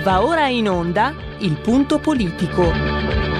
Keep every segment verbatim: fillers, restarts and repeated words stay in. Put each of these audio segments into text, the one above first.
Va ora in onda Il Punto Politico.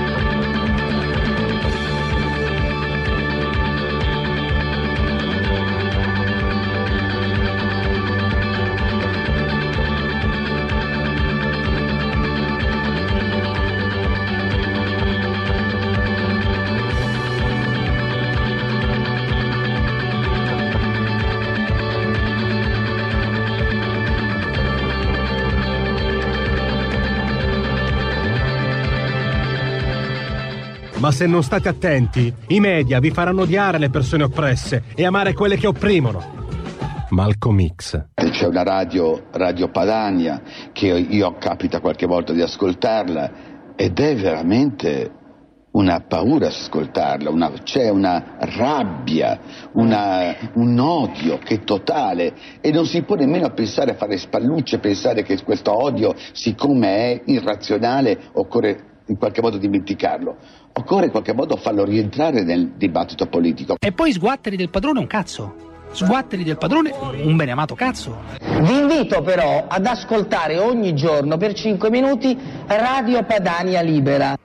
Ma se non state attenti, i media vi faranno odiare le persone oppresse e amare quelle che opprimono. Malcolm X. C'è una radio, Radio Padania, che io capita qualche volta di ascoltarla ed è veramente una paura ascoltarla, una, c'è una rabbia, una, un odio che è totale e non si può nemmeno pensare a fare spallucce, pensare che questo odio, siccome è irrazionale, occorre in qualche modo dimenticarlo. Occorre in qualche modo farlo rientrare nel dibattito politico. E poi sguatteri del padrone un cazzo. Sguatteri del padrone un beneamato cazzo. Vi invito però ad ascoltare ogni giorno per cinque minuti Radio Padania Libera.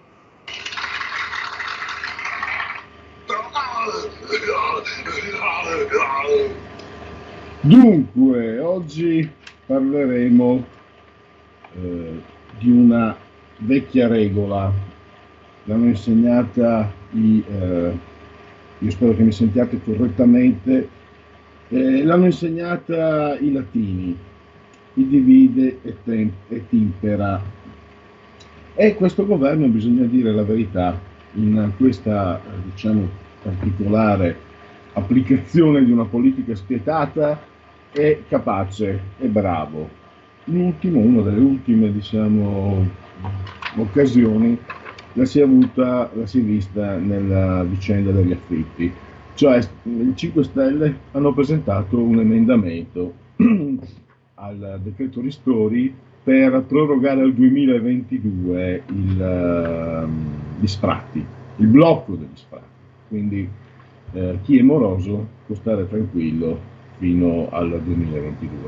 Dunque, oggi parleremo eh, di una vecchia regola. L'hanno insegnata i, eh, io spero che mi sentiate correttamente, eh, l'hanno insegnata i latini, il divide et, tem- et impera. E questo governo, bisogna dire la verità, in questa eh, diciamo particolare applicazione di una politica spietata è capace, è bravo. L'ultimo, una delle ultime diciamo occasioni la si è avuta, la si è vista nella vicenda degli affitti, cioè i cinque Stelle hanno presentato un emendamento al decreto ristori per prorogare al duemilaventidue il, uh, gli sfratti, il blocco degli sfratti, quindi uh, chi è moroso può stare tranquillo fino al duemilaventidue.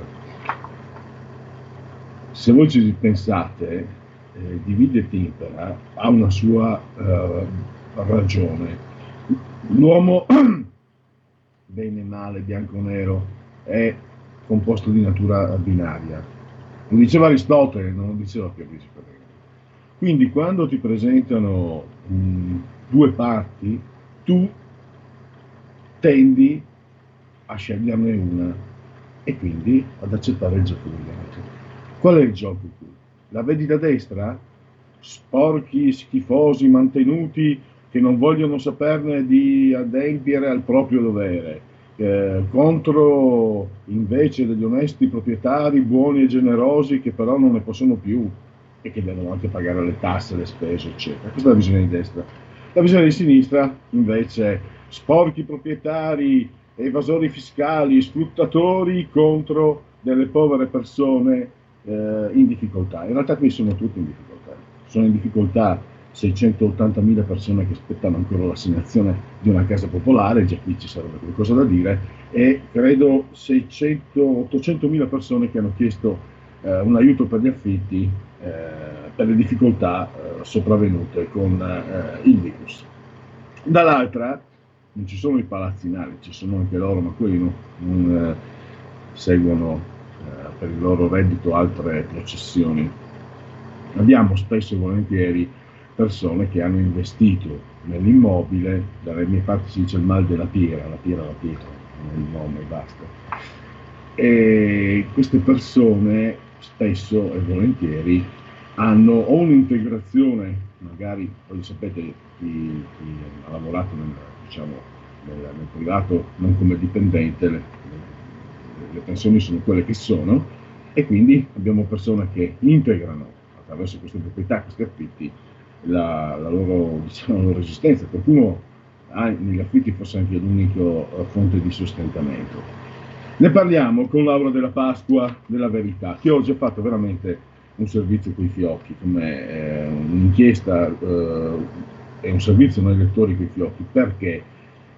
Se voi ci pensate, Eh, divide et impera ha una sua eh, ragione. L'uomo, bene, male, bianco, nero, è composto di natura binaria. Lo diceva Aristotele, non lo diceva Pierluigi Ferreri. Quindi quando ti presentano mh, due parti, tu tendi a sceglierne una e quindi ad accettare il gioco degli altri. Qual è il gioco qui? La vedi da destra? Sporchi, schifosi, mantenuti che non vogliono saperne di adempiere al proprio dovere, eh, contro invece degli onesti proprietari buoni e generosi che però non ne possono più e che devono anche pagare le tasse, le spese, eccetera. Questa è la visione di destra. La visione di sinistra invece, sporchi proprietari, evasori fiscali, sfruttatori contro delle povere persone Eh, in difficoltà. In realtà qui sono tutti in difficoltà. Sono in difficoltà seicentottantamila persone che aspettano ancora l'assegnazione di una casa popolare, già qui ci sarebbe qualcosa da dire, e credo seicento ottocentomila persone che hanno chiesto eh, un aiuto per gli affitti eh, per le difficoltà eh, sopravvenute con eh, il virus. Dall'altra non ci sono i palazzinari, ci sono anche loro, ma quelli no, non eh, seguono per il loro reddito altre processioni. Abbiamo spesso e volentieri persone che hanno investito nell'immobile, dalle mie parti si dice il mal della pietra, la pietra, la pietra, non il nome, basta. E queste persone spesso e volentieri hanno o un'integrazione, magari, voi sapete, chi, chi ha lavorato nel, diciamo, nel, nel privato non come dipendente, le, le pensioni sono quelle che sono, e quindi abbiamo persone che integrano attraverso queste proprietà, questi affitti, la, la loro, diciamo, la loro esistenza. Qualcuno ha negli affitti forse anche l'unica fonte di sostentamento. Ne parliamo con Laura Della Pasqua della Verità, che oggi ha fatto veramente un servizio coi fiocchi, come eh, un'inchiesta eh, e un servizio noi lettori coi fiocchi. Perché?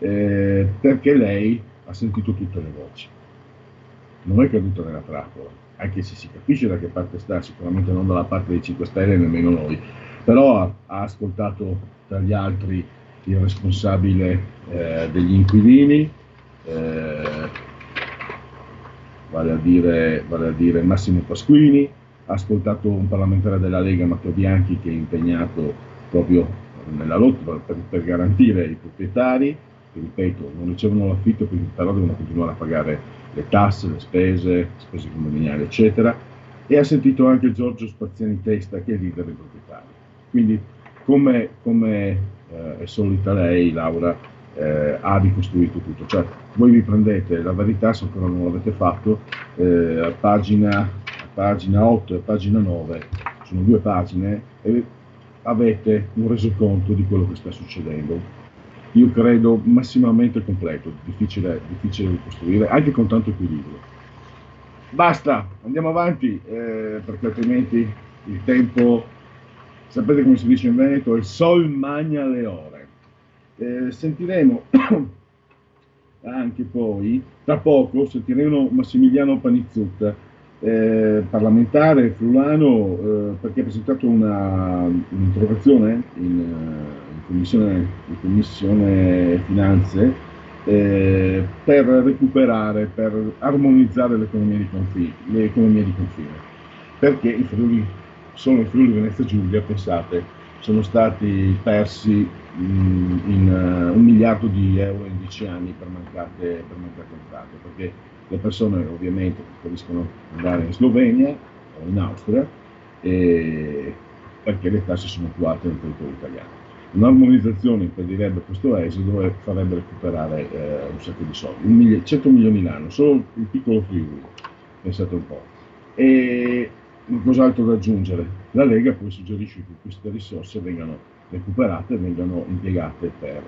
Eh, perché lei ha sentito tutte le voci. Non è caduta nella trappola, anche se si capisce da che parte sta, sicuramente non dalla parte dei cinque Stelle, nemmeno noi, però ha, ha ascoltato tra gli altri il responsabile eh, degli inquilini, eh, vale, a dire, vale a dire Massimo Pasquini, ha ascoltato un parlamentare della Lega, Matteo Bianchi, che è impegnato proprio nella lotta per, per garantire i proprietari, che ripeto non ricevono l'affitto, quindi però devono continuare a pagare le tasse, le spese, spese condominiali eccetera, e ha sentito anche Giorgio Spaziani Testa, che è il leader dei proprietari. Quindi come, come eh, è solita lei, Laura, eh, ha ricostruito tutto, cioè voi vi prendete La Verità, se ancora non l'avete fatto, eh, a pagina, a pagina otto e pagina nove, sono due pagine, e avete un resoconto di quello che sta succedendo. Io credo massimamente completo, difficile, difficile ricostruire, anche con tanto equilibrio. Basta, andiamo avanti, eh, perché altrimenti il tempo, sapete come si dice in Veneto, il sol magna le ore. Eh, sentiremo anche poi, tra poco, sentiremo Massimiliano Panizzutta, eh, parlamentare friulano, eh, perché ha presentato una, un'interrogazione in, in, commissione, in commissione finanze eh, per recuperare, per armonizzare l'economia di confine, l'economia di confine, perché i Friuli, solo in Friuli Venezia Giulia, pensate, sono stati persi mh, in uh, un miliardo di euro in dieci anni per mancate, per mancate entrate, perché le persone ovviamente preferiscono andare in Slovenia o in Austria e perché le tasse sono attuate nel territorio italiano. Un'armonizzazione impedirebbe questo esodo e farebbe recuperare eh, un sacco di soldi, un mili- cento milioni l'anno, solo il piccolo Friuli, pensate un po'. E cos'altro da aggiungere? La Lega poi suggerisce che queste risorse vengano recuperate e vengano impiegate per,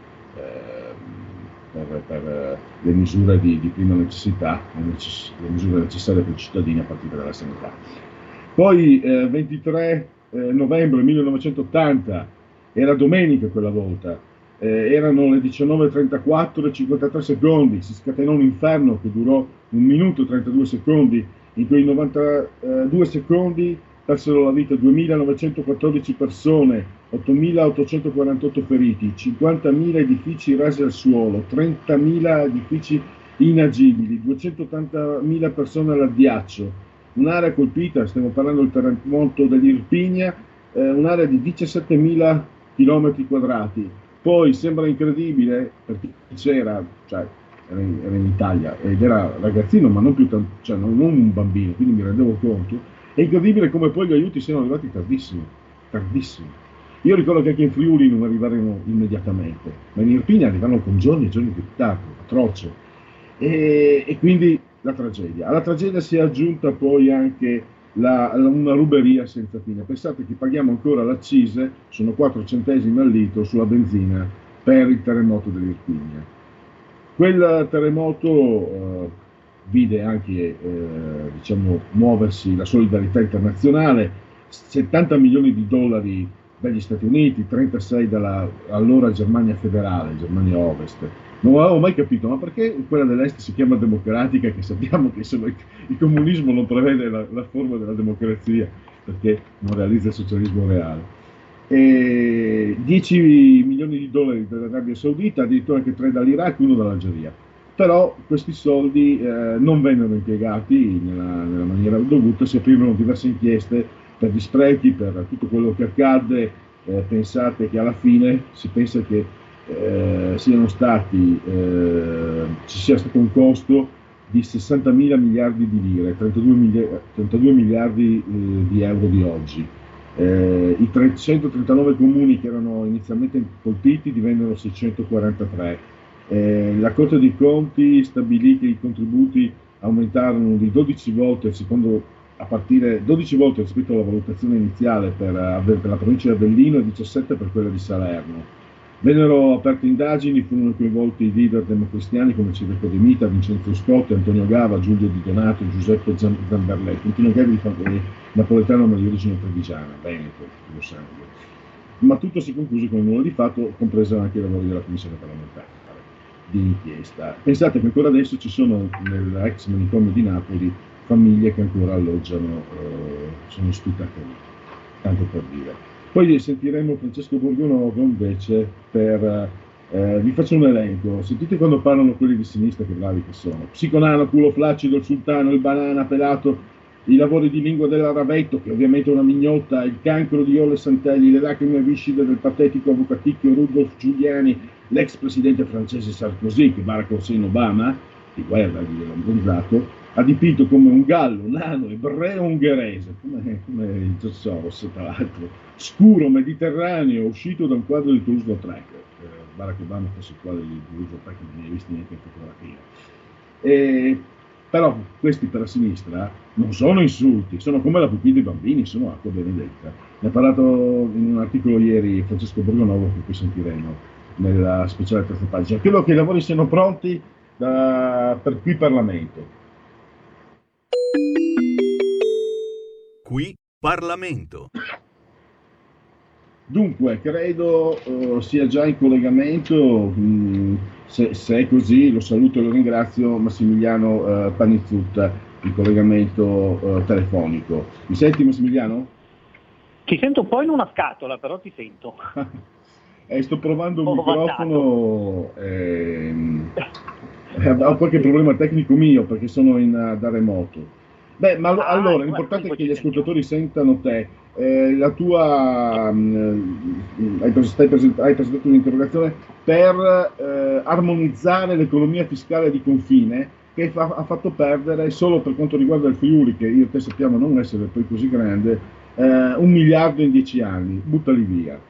eh, per, per le misure di, di prima necessità, le, necess- le misure necessarie per i cittadini a partire dalla sanità. Poi eh, ventitré novembre millenovecentottanta, era domenica quella volta, eh, erano le diciannove e trentaquattro e cinquantatré secondi, si scatenò un inferno che durò un minuto e trentadue secondi. In quei novantadue secondi persero la vita duemilanovecentoquattordici persone, ottomilaottocentoquarantotto feriti, cinquantamila edifici rasi al suolo, trentamila edifici inagibili, duecentottantamila persone all'addiaccio, un'area colpita, stiamo parlando del terremoto dell'Irpinia, eh, un'area di diciassettemila chilometri quadrati. Poi sembra incredibile, perché c'era, cioè, era in, era in Italia ed era ragazzino, ma non più tanto, cioè non, non un bambino, quindi mi rendevo conto. È incredibile come poi gli aiuti siano arrivati tardissimo, tardissimo. Io ricordo che anche in Friuli non arrivarono immediatamente, ma in Irpinia arrivarono con giorni e giorni di ritardo, atroce. E, e quindi la tragedia. Alla tragedia si è aggiunta poi anche la, la, una ruberia senza fine. Pensate che paghiamo ancora l'accise, sono quattro centesimi al litro sulla benzina per il terremoto dell'Irpinia. Quel terremoto eh, vide anche eh, diciamo, muoversi la solidarietà internazionale, settanta milioni di dollari dagli Stati Uniti, trentasei dalla allora Germania federale, Germania Ovest. Non avevo mai capito, ma perché quella dell'Est si chiama democratica, che sappiamo che insomma, il comunismo non prevede la, la forma della democrazia, perché non realizza il socialismo reale. E dieci milioni di dollari dall'Arabia Saudita, addirittura anche tre dall'Iraq, uno dall'Algeria. Però questi soldi eh, non vennero impiegati nella, nella maniera dovuta, si aprirono diverse inchieste per gli sprechi, per tutto quello che accadde. Eh, pensate che alla fine si pensa che eh, siano stati, eh, ci sia stato un costo di sessantamila miliardi di lire, trentadue, mili- trentadue miliardi eh, di euro di oggi. Eh, I trecentotrentanove comuni che erano inizialmente colpiti divennero seicentoquarantatré. Eh, la Corte dei Conti stabilì che i contributi aumentarono di dodici volte, secondo, a partire dodici volte rispetto alla valutazione iniziale per, per la provincia di Avellino e diciassette per quella di Salerno. Vennero aperte indagini, furono coinvolti i leader democristiani come Cirico De Mita, Vincenzo Scotti, Antonio Gava, Giulio Di Donato, Giuseppe Zamberletti. Antonio Gava di napoletano ma di origine trevigiana, Veneto, lo sangue. Ma tutto si concluse con un nulla di fatto, compreso anche i lavori della commissione parlamentare di inchiesta. Pensate che ancora adesso ci sono nell'ex manicomio di Napoli famiglie che ancora alloggiano, eh, sono ospitate lì, tanto per dire. Poi sentiremo Francesco Borgonovo invece per, eh, vi faccio un elenco, sentite quando parlano quelli di sinistra che bravi che sono: Psiconano, culo flaccido, il sultano, il banana pelato, i lavori di lingua dell'Aravetto, che ovviamente è una mignotta, il cancro di Olle Santelli, le lacrime viscide del patetico avvocaticchio Rudolf Giuliani, l'ex presidente francese Sarkozy, che Barack Hussein Obama, di guerra di abbronzato, ha dipinto come un gallo nano ebreo ungherese, come, come il George Soros tra l'altro, scuro, mediterraneo, uscito da un quadro di Toulouse-Lautrec. Eh, Barack Obama fosse il quadro di Toulouse-Lautrec, non ne hai visti neanche in fotografia. E, però questi per la sinistra non sono insulti, sono come la pupilla dei bambini, sono acqua benedetta. Ne ha parlato in un articolo ieri Francesco Borgonovo, che poi sentiremo nella speciale terza pagina. Credo che i lavori siano pronti da, per qui Parlamento. Qui Parlamento. Dunque, credo uh, sia già in collegamento, mh, se, se è così lo saluto e lo ringrazio, Massimiliano uh, Panizzutta, in collegamento uh, telefonico. Mi senti, Massimiliano? Ti sento un po' in una scatola, però ti sento. eh, sto provando un microfono, ehm, eh, ho qualche problema tecnico mio perché sono in, da remoto. Beh, ma ah, allora l'importante è che gli ascoltatori sentano te. Eh, la tua mh, hai, present- hai presentato un'interrogazione per eh, armonizzare l'economia fiscale di confine che fa- ha fatto perdere, solo per quanto riguarda il Friuli, che io e te sappiamo non essere poi così grande, eh, un miliardo in dieci anni. Buttali via.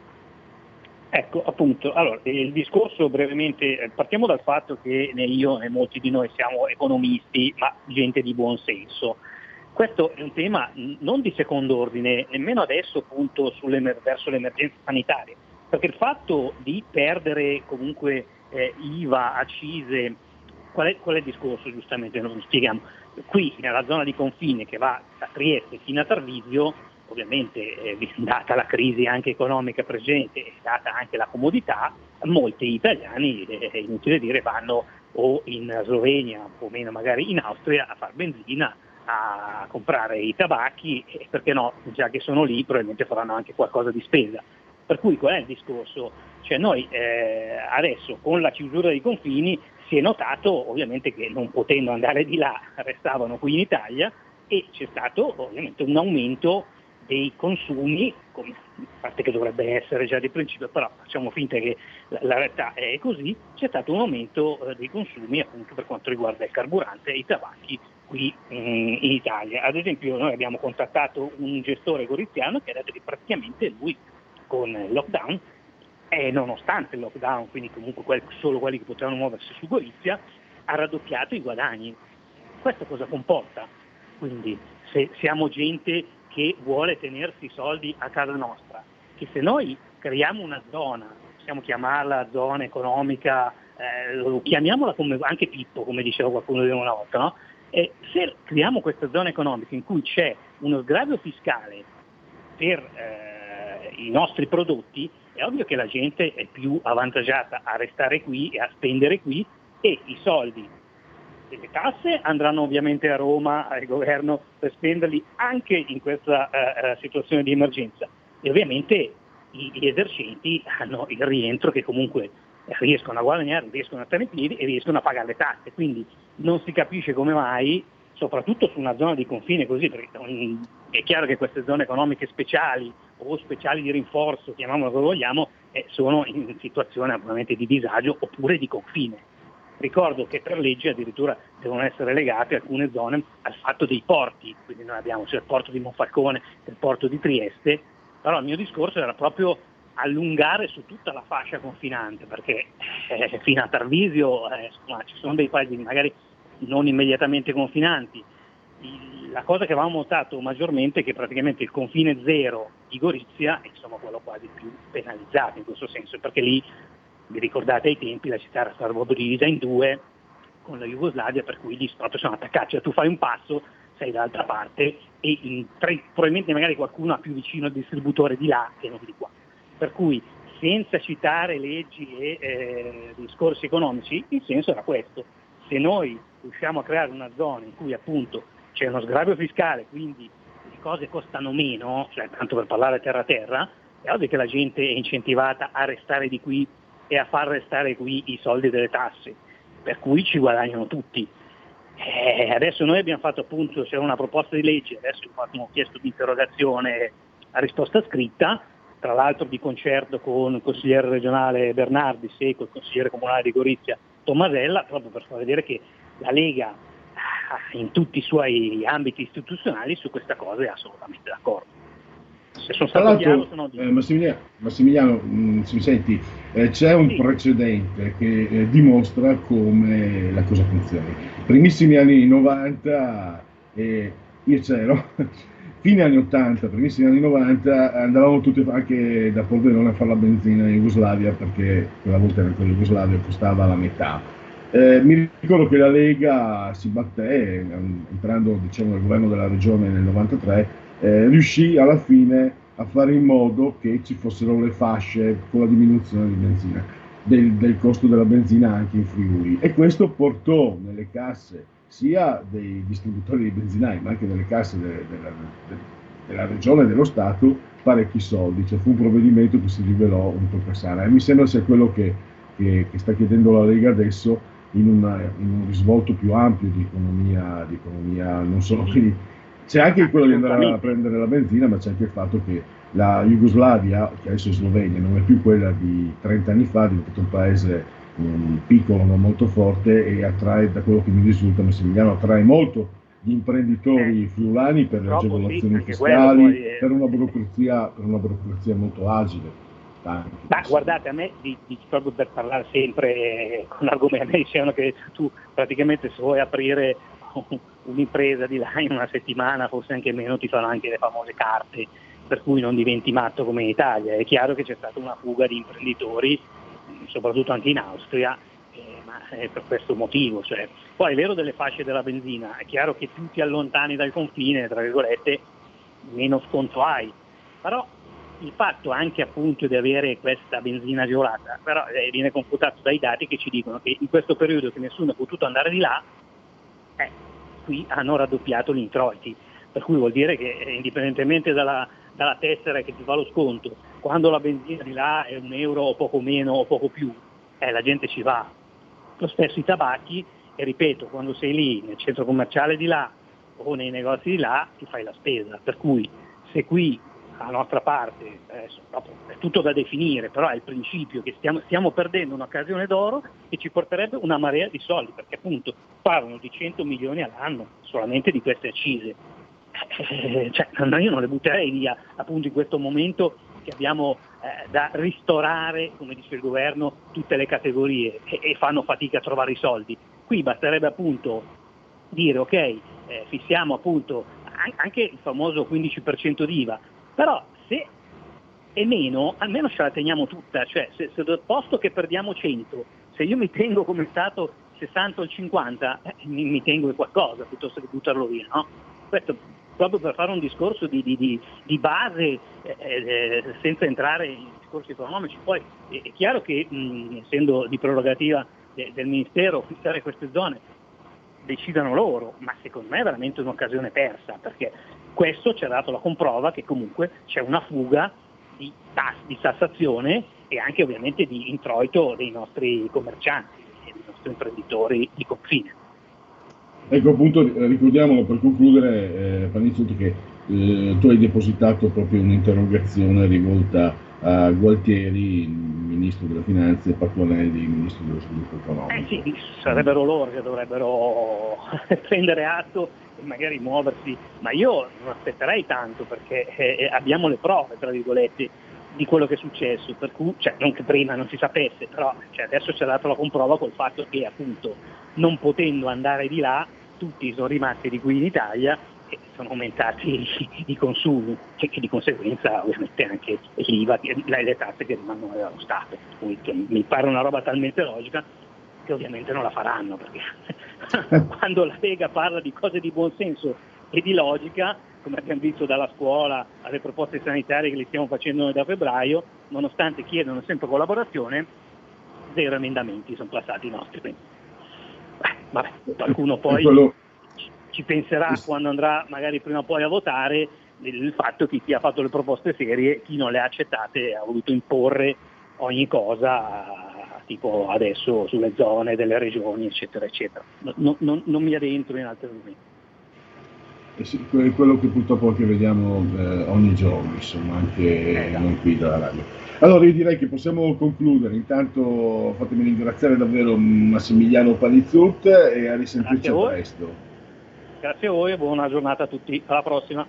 Ecco, appunto, allora il discorso brevemente, partiamo dal fatto che né io né molti di noi siamo economisti, ma gente di buon senso. Questo è un tema non di secondo ordine, nemmeno adesso appunto verso l'emergenza sanitaria, perché il fatto di perdere comunque eh, I V A, accise, qual è, qual è il discorso giustamente, non lo spieghiamo. Qui nella zona di confine che va da Trieste fino a Tarvisio, ovviamente eh, data la crisi anche economica presente e data anche la comodità, molti italiani, è eh, inutile dire, vanno o in Slovenia o meno magari in Austria a far benzina, a comprare i tabacchi e perché no, già che sono lì probabilmente faranno anche qualcosa di spesa. Per cui qual è il discorso? Cioè noi eh, adesso con la chiusura dei confini si è notato ovviamente che non potendo andare di là restavano qui in Italia e c'è stato ovviamente un aumento dei consumi, come, a parte che dovrebbe essere già di principio, però facciamo finta che la, la realtà è così, c'è stato un aumento eh, dei consumi appunto per quanto riguarda il carburante e i tabacchi qui mh, in Italia. Ad esempio noi abbiamo contattato un gestore goriziano che ha detto che praticamente lui con il lockdown, e nonostante il lockdown, quindi comunque quel, solo quelli che potevano muoversi su Gorizia, ha raddoppiato i guadagni. Questo cosa comporta? Quindi se siamo gente che vuole tenersi i soldi a casa nostra, che se noi creiamo una zona, possiamo chiamarla zona economica, eh, chiamiamola come, anche Pippo, come diceva qualcuno di una volta, no? E se creiamo questa zona economica in cui c'è uno sgravio fiscale per eh, i nostri prodotti, è ovvio che la gente è più avvantaggiata a restare qui e a spendere qui, e i soldi delle tasse andranno ovviamente a Roma, al governo, per spenderli anche in questa uh, situazione di emergenza, e ovviamente i, gli esercenti hanno il rientro che comunque riescono a guadagnare, riescono a stare in piedi e riescono a pagare le tasse, quindi non si capisce come mai, soprattutto su una zona di confine così, perché um, è chiaro che queste zone economiche speciali o speciali di rinforzo, chiamiamolo come vogliamo, eh, sono in situazione ovviamente di disagio oppure di confine. Ricordo che per legge addirittura devono essere legate alcune zone al fatto dei porti, quindi noi abbiamo cioè il porto di Monfalcone e il porto di Trieste, però il mio discorso era proprio allungare su tutta la fascia confinante, perché eh, fino a Tarvisio eh, insomma, ci sono dei paesi magari non immediatamente confinanti. Il, la cosa che avevamo notato maggiormente è che praticamente il confine zero di Gorizia è insomma quello quasi più penalizzato in questo senso, perché lì, vi ricordate ai tempi, la città era stata proprio divisa in due con la Jugoslavia, per cui gli proprio sono attaccati, cioè tu fai un passo, sei dall'altra parte e in tre, probabilmente magari qualcuno ha più vicino al distributore di là che non di qua. Per cui senza citare leggi e eh, discorsi economici, il senso era questo: se noi riusciamo a creare una zona in cui appunto c'è uno sgravio fiscale, quindi le cose costano meno, cioè tanto per parlare terra terra, è ovvio che la gente è incentivata a restare di qui e a far restare qui i soldi delle tasse, per cui ci guadagnano tutti. Eh, adesso noi abbiamo fatto appunto, c'era una proposta di legge, adesso abbiamo chiesto un'interrogazione a risposta scritta, tra l'altro di concerto con il consigliere regionale Bernardis e col consigliere comunale di Gorizia Tomasella, proprio per far vedere che la Lega in tutti i suoi ambiti istituzionali su questa cosa è assolutamente d'accordo. Se sono stato chiaro, sono... eh, Massimiliano, Massimiliano mh, se mi senti, eh, c'è un sì. precedente che eh, dimostra come la cosa funzioni. Primissimi anni novanta, eh, io c'ero, fine anni ottanta, primissimi anni novanta, andavamo tutti anche da Pordenone a fare la benzina in Jugoslavia, perché quella volta era quella Jugoslavia, costava la metà. Eh, mi ricordo che la Lega si batté, entrando diciamo nel governo della regione nel novantatré, Eh, riuscì alla fine a fare in modo che ci fossero le fasce con la diminuzione di benzina, del, del costo della benzina anche in Friuli, e questo portò nelle casse sia dei distributori di benzinai ma anche nelle casse de, de, de, de, della regione e dello Stato parecchi soldi, cioè fu un provvedimento che si rivelò un po' cassare, e mi sembra sia quello che, che, che sta chiedendo la Lega adesso in, una, in un risvolto più ampio di economia, di economia non solo quindi. C'è anche quello di andare a prendere la benzina, ma c'è anche il fatto che la Jugoslavia, che adesso è Slovenia, non è più quella di trenta anni fa, è diventato un paese um, piccolo ma molto forte, e attrae, da quello che mi risulta, Massimiliano, attrae molto gli imprenditori eh, friulani per le agevolazioni sì, fiscali, poi, eh, per, una burocrazia, per una burocrazia molto agile. Tanti, ma guardate, a me, di, di, proprio per parlare sempre eh, con argomenti, a me dicevano che tu praticamente se vuoi aprire un'impresa di là in una settimana, forse anche meno, ti fanno anche le famose carte, per cui non diventi matto come in Italia. È chiaro che c'è stata una fuga di imprenditori, soprattutto anche in Austria, eh, ma è per questo motivo. Cioè, poi è vero delle fasce della benzina, è chiaro che più ti allontani dal confine, tra virgolette, meno sconto hai, però il fatto anche appunto di avere questa benzina agevolata, però eh, viene confutato dai dati che ci dicono che in questo periodo che nessuno è potuto andare di là, Eh, qui hanno raddoppiato gli introiti, per cui vuol dire che eh, indipendentemente dalla, dalla tessera che ti fa lo sconto, quando la benzina di là è un euro o poco meno o poco più, eh, la gente ci va. Lo stesso i tabacchi, e ripeto, quando sei lì nel centro commerciale di là o nei negozi di là ti fai la spesa, per cui se qui a nostra parte, adesso, dopo, è tutto da definire, però è il principio che stiamo, stiamo perdendo un'occasione d'oro che ci porterebbe una marea di soldi, perché appunto parlano di cento milioni all'anno solamente di queste accise. Eh, cioè, io non le butterei via appunto in questo momento che abbiamo eh, da ristorare, come dice il governo, tutte le categorie e, e fanno fatica a trovare i soldi. Qui basterebbe appunto dire ok, eh, fissiamo appunto anche il famoso quindici per cento di I V A, però se è meno, almeno ce la teniamo tutta, cioè se, se dal posto che perdiamo cento, se io mi tengo come stato sessanta o il cinquanta, eh, mi, mi tengo qualcosa piuttosto che buttarlo via, no? Questo proprio per fare un discorso di, di, di, di base, eh, eh, senza entrare in discorsi economici. Poi è, è chiaro che mh, essendo di prerogativa de, del Ministero fissare queste zone, decidano loro, ma secondo me è veramente un'occasione persa, perché questo ci ha dato la comprova che comunque c'è una fuga di, tass- di tassazione e anche ovviamente di introito dei nostri commercianti e dei nostri imprenditori di confine. Ecco appunto, ricordiamolo per concludere, eh, Panizzotti, che eh, tu hai depositato proprio un'interrogazione rivolta a Gualtieri, Ministro delle Finanze, e Patuanelli, Ministro dello Sviluppo Economico. Eh sì, sarebbero loro che dovrebbero prendere atto e magari muoversi, ma io non aspetterei tanto, perché eh, abbiamo le prove, tra virgolette, di quello che è successo, per cui, cioè, non che prima non si sapesse, però cioè, adesso ci ha dato la comprova col fatto che appunto non potendo andare di là tutti sono rimasti di qui in Italia e sono aumentati i consumi e che di conseguenza ovviamente anche l'I V A e le tasse che rimangono dallo Stato, quindi mi pare una roba talmente logica che ovviamente non la faranno, perché quando la Lega parla di cose di buon senso e di logica, come abbiamo visto dalla scuola alle proposte sanitarie che li stiamo facendo noi da febbraio, nonostante chiedono sempre collaborazione, zero emendamenti sono passati i nostri. Quindi, beh, vabbè, qualcuno poi quello, ci ci penserà quando andrà magari prima o poi a votare il fatto che chi ha fatto le proposte serie, chi non le ha accettate, ha voluto imporre ogni cosa, tipo adesso sulle zone delle regioni, eccetera, eccetera. Non, non, non mi addentro in altri argomenti. Eh sì, è quello che purtroppo anche vediamo eh, ogni giorno, insomma, anche eh, non qui dalla radio. Allora io direi che possiamo concludere. Intanto fatemi ringraziare davvero Massimiliano Palizzut e a risentirci a presto. Grazie a voi e buona giornata a tutti. Alla prossima.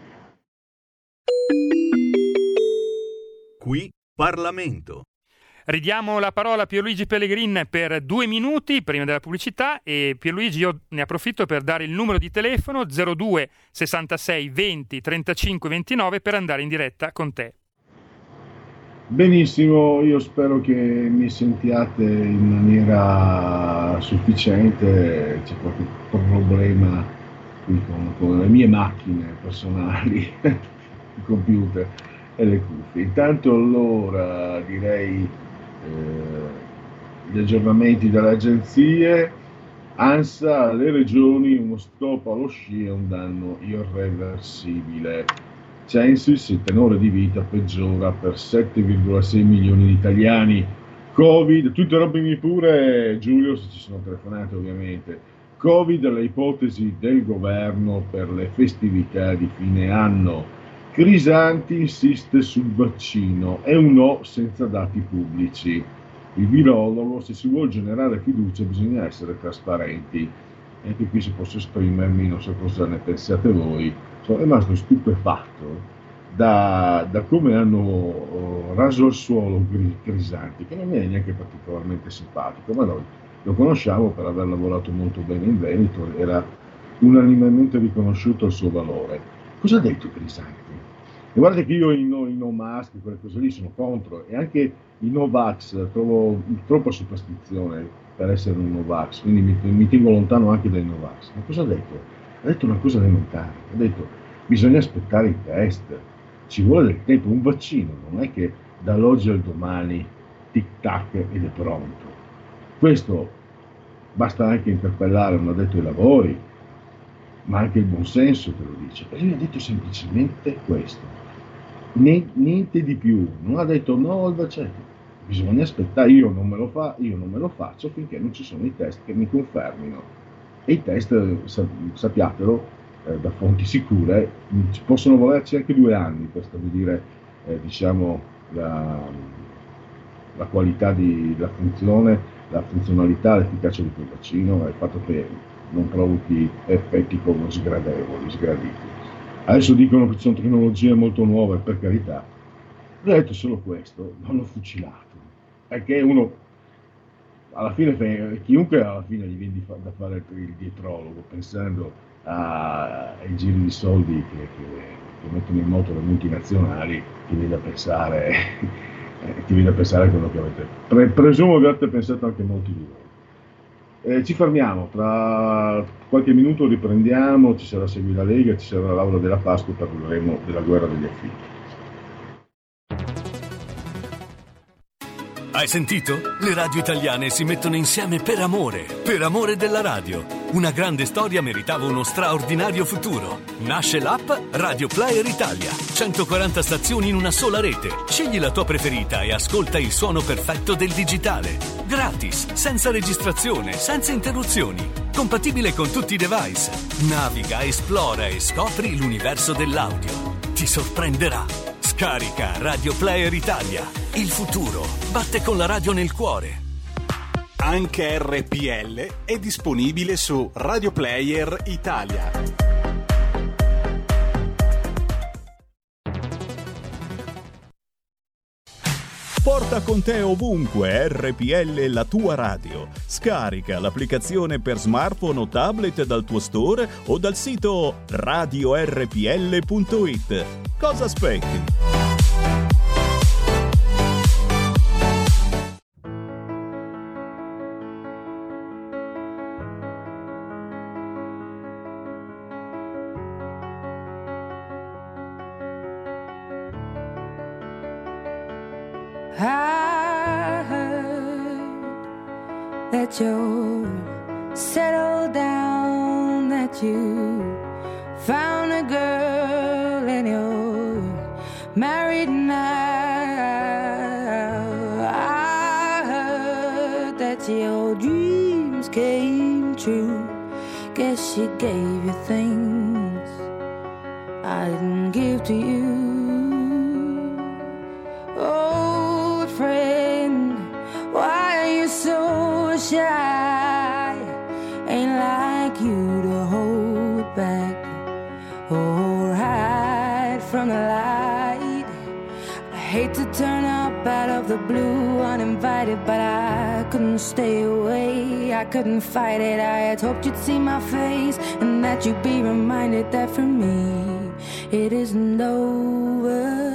Qui Parlamento. Ridiamo la parola a Pierluigi Pellegrin per due minuti prima della pubblicità e Pierluigi, io ne approfitto per dare il numero di telefono zero due sessantasei venti trentacinque ventinove per andare in diretta con te. Benissimo, io spero che mi sentiate in maniera sufficiente. C'è qualche problema qui con, con le mie macchine personali, il computer e le cuffie. Intanto allora direi Eh, gli aggiornamenti delle agenzie. ANSA, alle regioni, uno stop allo sci è un danno irreversibile. Censis, il tenore di vita peggiora per sette virgola sei milioni di italiani. Covid, tu interrompimi pure Giulio se ci sono telefonate ovviamente. Covid, le ipotesi del governo per le festività di fine anno. Crisanti insiste sul vaccino, è un no senza dati pubblici. Il virologo, se si vuole generare fiducia bisogna essere trasparenti. Anche qui se posso esprimermi, non so cosa ne pensate voi, sono rimasto stupefatto da, da come hanno uh, raso al suolo Crisanti, che non mi è neanche particolarmente simpatico, ma noi lo conosciamo per aver lavorato molto bene in Veneto, era unanimemente riconosciuto il suo valore. Cosa ha detto Crisanti? E guarda che io i no, i no mask, quelle cose lì sono contro, e anche i no vax trovo troppa superstizione per essere un no vax, quindi mi, mi tengo lontano anche dai no vax. Ma cosa ha detto? Ha detto una cosa elementare, ha detto bisogna aspettare i test, ci vuole del tempo, un vaccino non è che dall'oggi al domani tic tac ed è pronto. Questo basta anche interpellare un addetto ai lavori, ma anche il buonsenso te lo dice, e lui ha detto semplicemente questo. Niente di più, non ha detto no al vaccino, bisogna aspettare, io non me lo fa, io non me lo faccio finché non ci sono i test che mi confermino. E i test, sappiatelo, eh, da fonti sicure, possono volerci anche due anni per stabilire eh, diciamo la, la qualità di la funzione, la funzionalità, l'efficacia di quel vaccino e il fatto che non provochi effetti come sgradevoli, sgraditi. Adesso dicono che ci sono tecnologie molto nuove, per carità. Ho detto solo questo, non l'ho fucilato. Perché uno, alla fine, chiunque alla fine gli viene da fare il dietrologo, pensando a, ai giri di soldi che, che, che mettono in moto le multinazionali, ti viene da pensare, eh, ti viene da pensare a quello che avete. Pre, presumo abbiate pensato anche molti di voi. Eh, ci fermiamo, tra qualche minuto riprendiamo, ci sarà Segui la Lega, ci sarà Laura della Pasqua e parleremo della guerra degli affitti. Hai sentito? Le radio italiane si mettono insieme per amore, per amore della radio. Una grande storia meritava uno straordinario futuro. Nasce l'app Radio Player Italia. centoquaranta stazioni in una sola rete. Scegli la tua preferita e ascolta il suono perfetto del digitale. Gratis, senza registrazione, senza interruzioni. Compatibile con tutti i device. Naviga, esplora e scopri l'universo dell'audio. Ti sorprenderà. Scarica Radio Player Italia. Il futuro batte con la radio nel cuore. Anche R P L è disponibile su Radio Player Italia. Porta con te ovunque R P L, la tua radio. Scarica l'applicazione per smartphone o tablet dal tuo store o dal sito radio r p l punto i t. Cosa aspetti? I heard that you're settled down, that that you found a girl and you're married now. I heard that your dreams came true. Guess she gave you things I didn't give to you. Old friend, why are you so shy? Ain't like you to hold back or hide from the light. I hate to turn up out of the blue uninvited, but I couldn't stay away, I couldn't fight it. I had hoped you'd see my face and that you'd be reminded that for me it isn't over.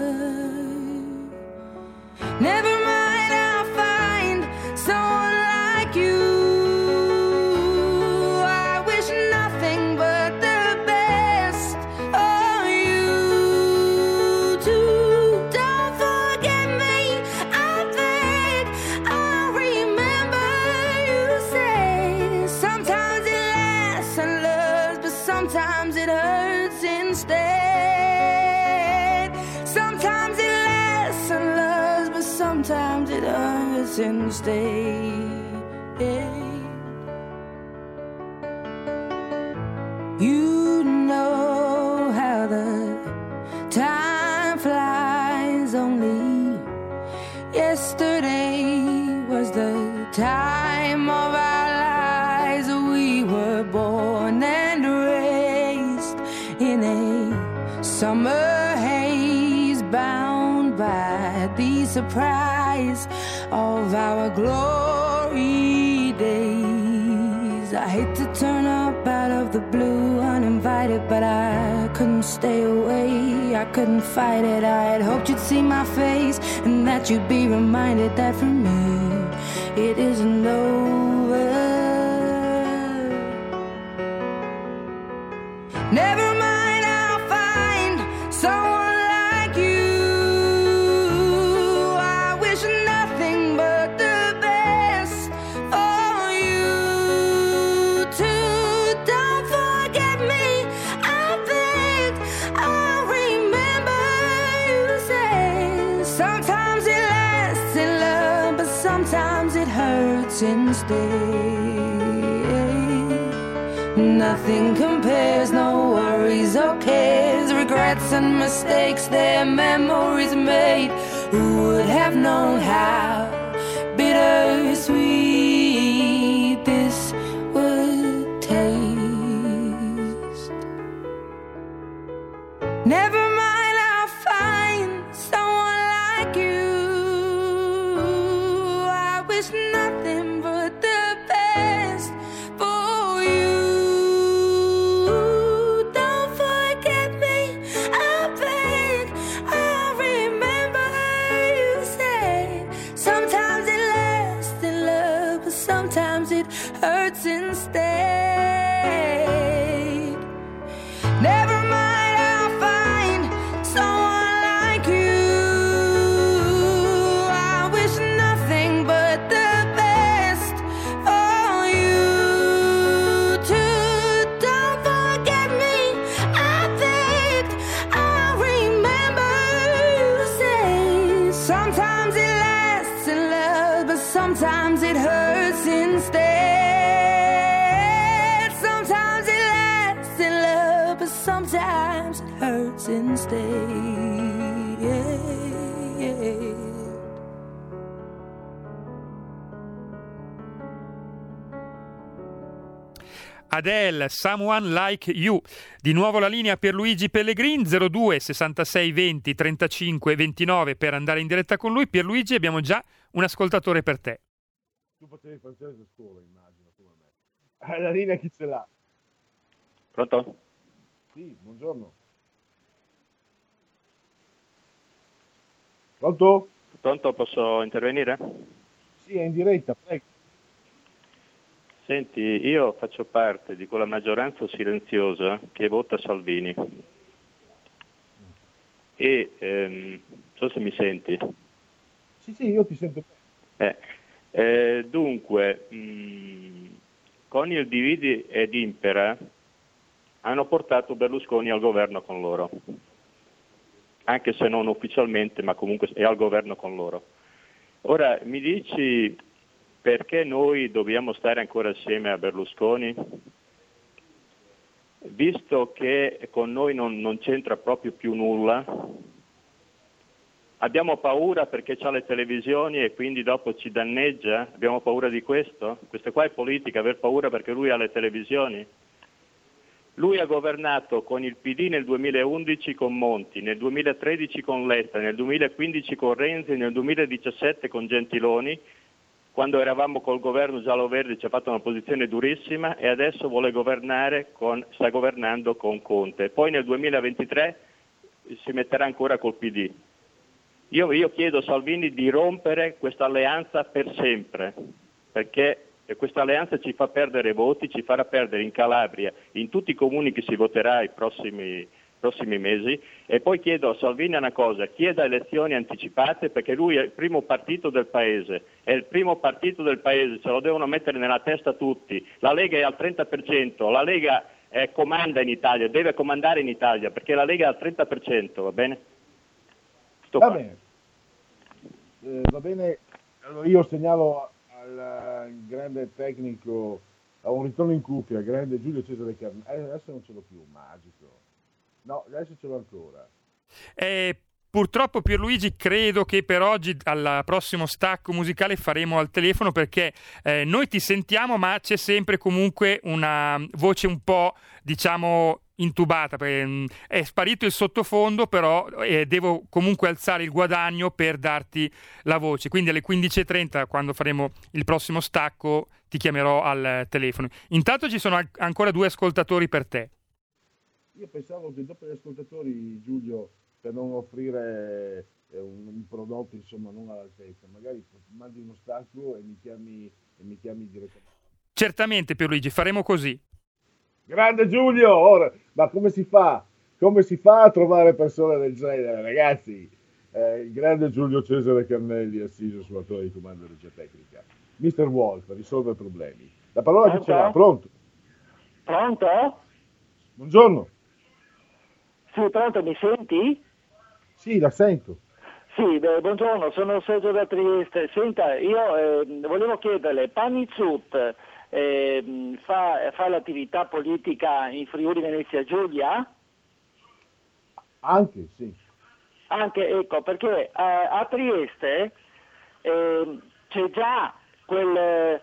Never mind, I'll find someone like you. I wish nothing but the best of you too. Don't forget me, I beg. I remember you say sometimes it lasts and loves, but sometimes it hurts instead. Sometimes it lasts and loves, but sometimes it hurts instead. You know how the time flies. Only yesterday was the time of our lives. We were born and raised in a summer haze, bound by the surprise of our glory days. I hate to turn up out of the blue uninvited, but I couldn't stay away, I couldn't fight it. I had hoped you'd see my face and that you'd be reminded that for me it isn't over. Never mind, I'll find someone like you. I wish nothing but the best for you too. Don't forget me, I beg. I remember you say sometimes it lasts in love, but sometimes it hurts instead. Nothing compares, no worries or cares, regrets and mistakes, their memories made. Who would have known how bittersweet this would taste? Never mind, I'll find someone like you. I wish nothing but the best for you. Don't forget me, I beg. I remember you say sometimes it lasts in love, but sometimes it hurts instead. Never mind, I'll find someone like you. I wish nothing but the best for you too. Don't forget me, I beg. I remember you say sometimes it lasts in love, but sometimes it hurts instead. Sometimes it lasts in love, but sometimes it hurts instead. Adele, Someone Like You. Di nuovo la linea per Luigi Pellegrin, zero due sessantasei venti trentacinque ventinove per andare in diretta con lui. Pierluigi, abbiamo già un ascoltatore per te. Tu facevi francese a scuola, immagino, come me. Eh, la linea chi ce l'ha? Pronto? Sì, buongiorno. Pronto? Pronto, posso intervenire? Sì, è in diretta, prego. Senti, io faccio parte di quella maggioranza silenziosa che vota Salvini. E ehm, non so se mi senti. Sì, sì, io ti sento bene. Eh, eh, dunque, mh, con il dividi ed impera hanno portato Berlusconi al governo con loro, anche se non ufficialmente, ma comunque è al governo con loro. Ora mi dici perché noi dobbiamo stare ancora assieme a Berlusconi? Visto che con noi non, non c'entra proprio più nulla, abbiamo paura perché c'ha le televisioni e quindi dopo ci danneggia? Abbiamo paura di questo? Questa qua è politica, aver paura perché lui ha le televisioni? Lui ha governato con il P D nel duemilaundici con Monti, nel duemilatredici con Letta, nel duemilaquindici con Renzi, nel duemiladiciassette con Gentiloni. Quando eravamo col governo giallo-verde ci ha fatto una posizione durissima e adesso vuole governare con, sta governando con Conte. Poi nel duemilaventitré si metterà ancora col P D. Io, io chiedo a Salvini di rompere questa alleanza per sempre, perché questa alleanza ci fa perdere voti, ci farà perdere in Calabria, in tutti i comuni che si voterà i prossimi, prossimi mesi. E poi chiedo a Salvini una cosa, chieda elezioni anticipate perché lui è il primo partito del paese, è il primo partito del paese, ce lo devono mettere nella testa tutti. La Lega è al trenta per cento, la Lega eh, comanda in Italia, deve comandare in Italia perché la Lega è al trenta per cento, va bene? Sto va qua. bene, eh, va bene. Allora io segnalo al grande tecnico a un ritorno in cuffia, grande Giulio Cesare Carnelli. Eh, adesso non ce l'ho più, magico. No, adesso ce l'ho ancora. Eh, purtroppo Pierluigi credo che per oggi al prossimo stacco musicale faremo al telefono perché eh, noi ti sentiamo ma c'è sempre comunque una voce un po' diciamo intubata, perché mh, è sparito il sottofondo però eh, devo comunque alzare il guadagno per darti la voce, quindi alle quindici e trenta quando faremo il prossimo stacco ti chiamerò al telefono. Intanto ci sono an- ancora due ascoltatori per te. Io pensavo che dopo gli ascoltatori, Giulio, per non offrire eh, un, un prodotto insomma non all'altezza, magari mandi uno stacco e mi chiami, e mi chiami direttamente. Certamente Pierluigi, faremo così. Grande Giulio, ora, ma come si fa? Come si fa a trovare persone del genere, ragazzi? Eh, il grande Giulio Cesare Carnelli assiso sulla torre di comando di regia tecnica. mister Wolf risolve problemi. La parola che ce l'ha, pronto? Pronto? Buongiorno. Sì, pronto, mi senti? Sì, la sento. Sì, beh, buongiorno, sono Sergio da Trieste. Senta, io eh, volevo chiederle, Panizzut eh, fa, fa l'attività politica in Friuli Venezia Giulia? Anche, sì. Anche, ecco, perché a, a Trieste eh, c'è già quel...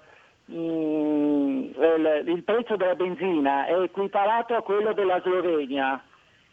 Mm, il, il prezzo della benzina è equiparato a quello della Slovenia,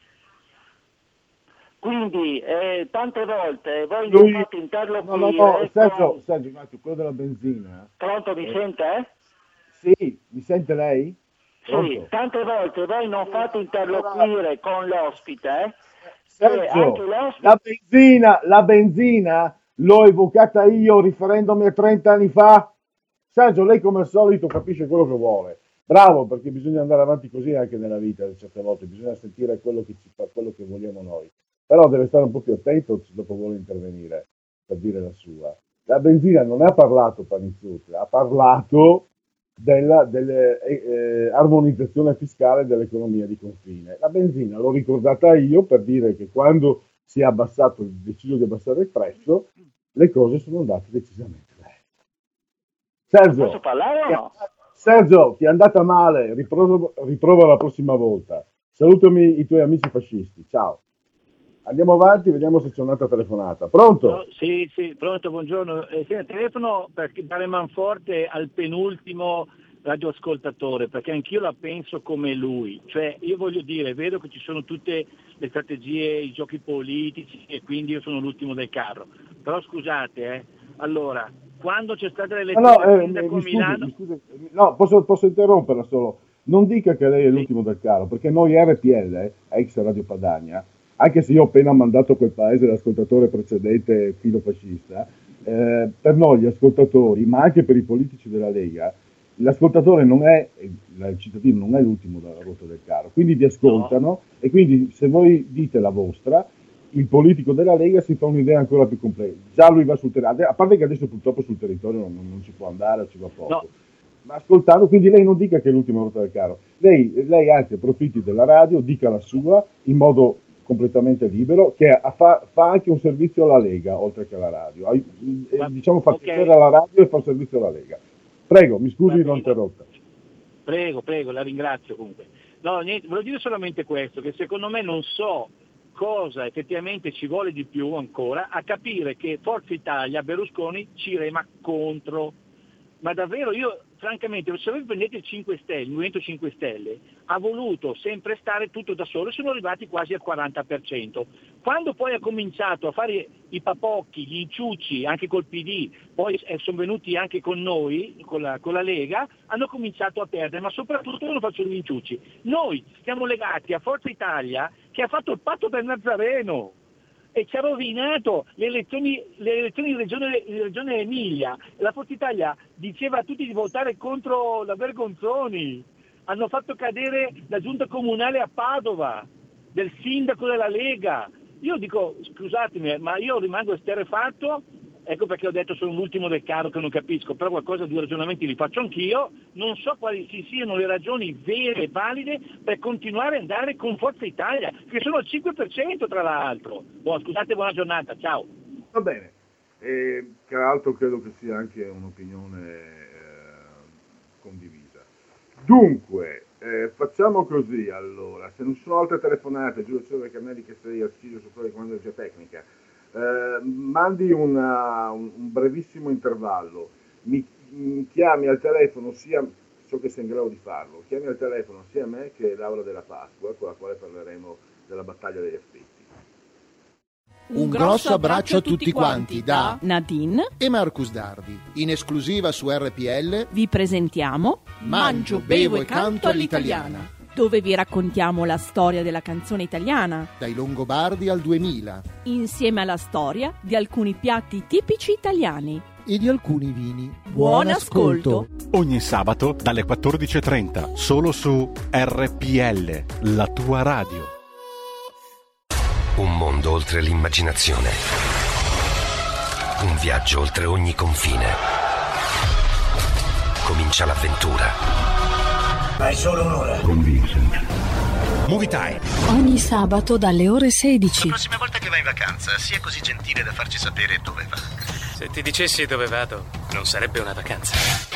quindi eh, tante volte voi Lui... non fate interloquire. No, no, no, Sergio, con... Sergio, Sergio, quello della benzina. Pronto, mi eh... sente? Sì, mi sente lei? Pronto? Sì, tante volte voi non fate interloquire con l'ospite. Sergio, anche l'ospite... la benzina, la benzina l'ho evocata io riferendomi a trenta anni fa. Sergio, lei come al solito capisce quello che vuole. Bravo, perché bisogna andare avanti così anche nella vita, certe volte bisogna sentire quello che ci fa, quello che vogliamo noi. Però deve stare un po' più attento se dopo vuole intervenire per dire la sua. La benzina non ha parlato Panizzut, ha parlato della, dell'armonizzazione eh, fiscale dell'economia di confine. La benzina l'ho ricordata io per dire che quando si è abbassato, deciso di abbassare il prezzo, le cose sono andate decisamente. Sergio, posso parlare o no? Sergio, ti è andata male, riprova, riprova la prossima volta. Salutami i tuoi amici fascisti, ciao. Andiamo avanti, vediamo se c'è un'altra telefonata. Pronto? No, sì, sì, pronto, buongiorno. Eh, sì, telefono per dare manforte al penultimo radioascoltatore, perché anch'io la penso come lui. Cioè, io voglio dire, vedo che ci sono tutte le strategie, i giochi politici e quindi io sono l'ultimo del carro. Però scusate, eh, allora... Quando c'è stata l'elezione no, no, eh, mi Milano... scusi, mi scusi, no, posso, posso interromperla solo. Non dica che lei è l'ultimo del carro, perché noi R P L, ex Radio Padania, anche se io ho appena mandato a quel paese l'ascoltatore precedente filofascista, eh, per noi gli ascoltatori, ma anche per i politici della Lega, l'ascoltatore non è, il cittadino non è l'ultimo della ruota del carro, quindi vi ascoltano no. E quindi se voi dite la vostra, il politico della Lega si fa un'idea ancora più completa. Già lui va sul territorio, a parte che adesso purtroppo sul territorio non, non ci può andare, ci va poco. No. ascoltando, quindi lei non dica che è l'ultima ruota del carro, lei, lei anzi approfitti della radio, dica la sua in modo completamente libero, che fa, fa anche un servizio alla Lega oltre che alla radio, eh, diciamo fa okay. piacere alla radio e fa un servizio alla Lega. Prego, mi scusi, l'ho interrotta. Prego, prego, la ringrazio comunque. No, niente, volevo dire solamente questo, che secondo me non so cosa effettivamente ci vuole di più ancora a capire che Forza Italia, Berlusconi ci rema contro. Ma davvero io, francamente, se voi prendete il cinque Stelle, il Movimento cinque Stelle, ha voluto sempre stare tutto da solo e sono arrivati quasi al quaranta per cento. Quando poi ha cominciato a fare i papocchi, gli inciucci, anche col P D, poi sono venuti anche con noi, con la, con la Lega, hanno cominciato a perdere, ma soprattutto non faccio gli inciucci. Noi siamo legati a Forza Italia che ha fatto il patto per Nazareno e ci ha rovinato le elezioni, le elezioni in regione, in regione Emilia. La Forza Italia diceva a tutti di votare contro la Bergonzoni, hanno fatto cadere la giunta comunale a Padova del sindaco della Lega. Io dico, scusatemi, ma io rimango esterrefatto, ecco perché ho detto sono l'ultimo del carro che non capisco, però qualcosa di ragionamenti li faccio anch'io, non so quali ci siano le ragioni vere e valide per continuare ad andare con Forza Italia, che sono al cinque per cento tra l'altro. Buon, scusate, buona giornata, ciao. Va bene, e, tra l'altro credo che sia anche un'opinione eh, condivisa. Dunque, eh, facciamo così allora, se non ci sono altre telefonate, Giulio Cesare Carnelli che sei archivio su di comando di tecnica, Eh, mandi una, un, un brevissimo intervallo, mi, mi chiami al telefono sia, so che sei in grado di farlo, chiami al telefono sia me che Laura della Pasqua, con la quale parleremo della battaglia degli affitti. Un grosso abbraccio a tutti quanti da Nadine e Marcus Dardi. In esclusiva su R P L vi presentiamo Mangio, bevo e canto all'italiana, dove vi raccontiamo la storia della canzone italiana, dai Longobardi al duemila, insieme alla storia di alcuni piatti tipici italiani e di alcuni vini. Buon ascolto! Ogni sabato dalle quattordici e trenta, solo su R P L, la tua radio. Un mondo oltre l'immaginazione. Un viaggio oltre ogni confine. Comincia l'avventura. Hai solo un'ora. Con Vincent. Movie Time. Ogni sabato dalle ore sedici. La prossima volta che vai in vacanza, sia così gentile da farci sapere dove va. Se ti dicessi dove vado, non sarebbe una vacanza.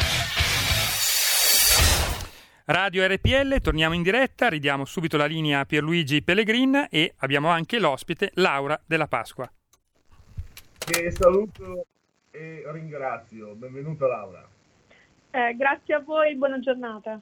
Radio R P L, torniamo in diretta, ridiamo subito la linea a Pierluigi Pellegrin e abbiamo anche l'ospite Laura della Pasqua. Che saluto e ringrazio. Benvenuta Laura. Eh, grazie a voi, buona giornata.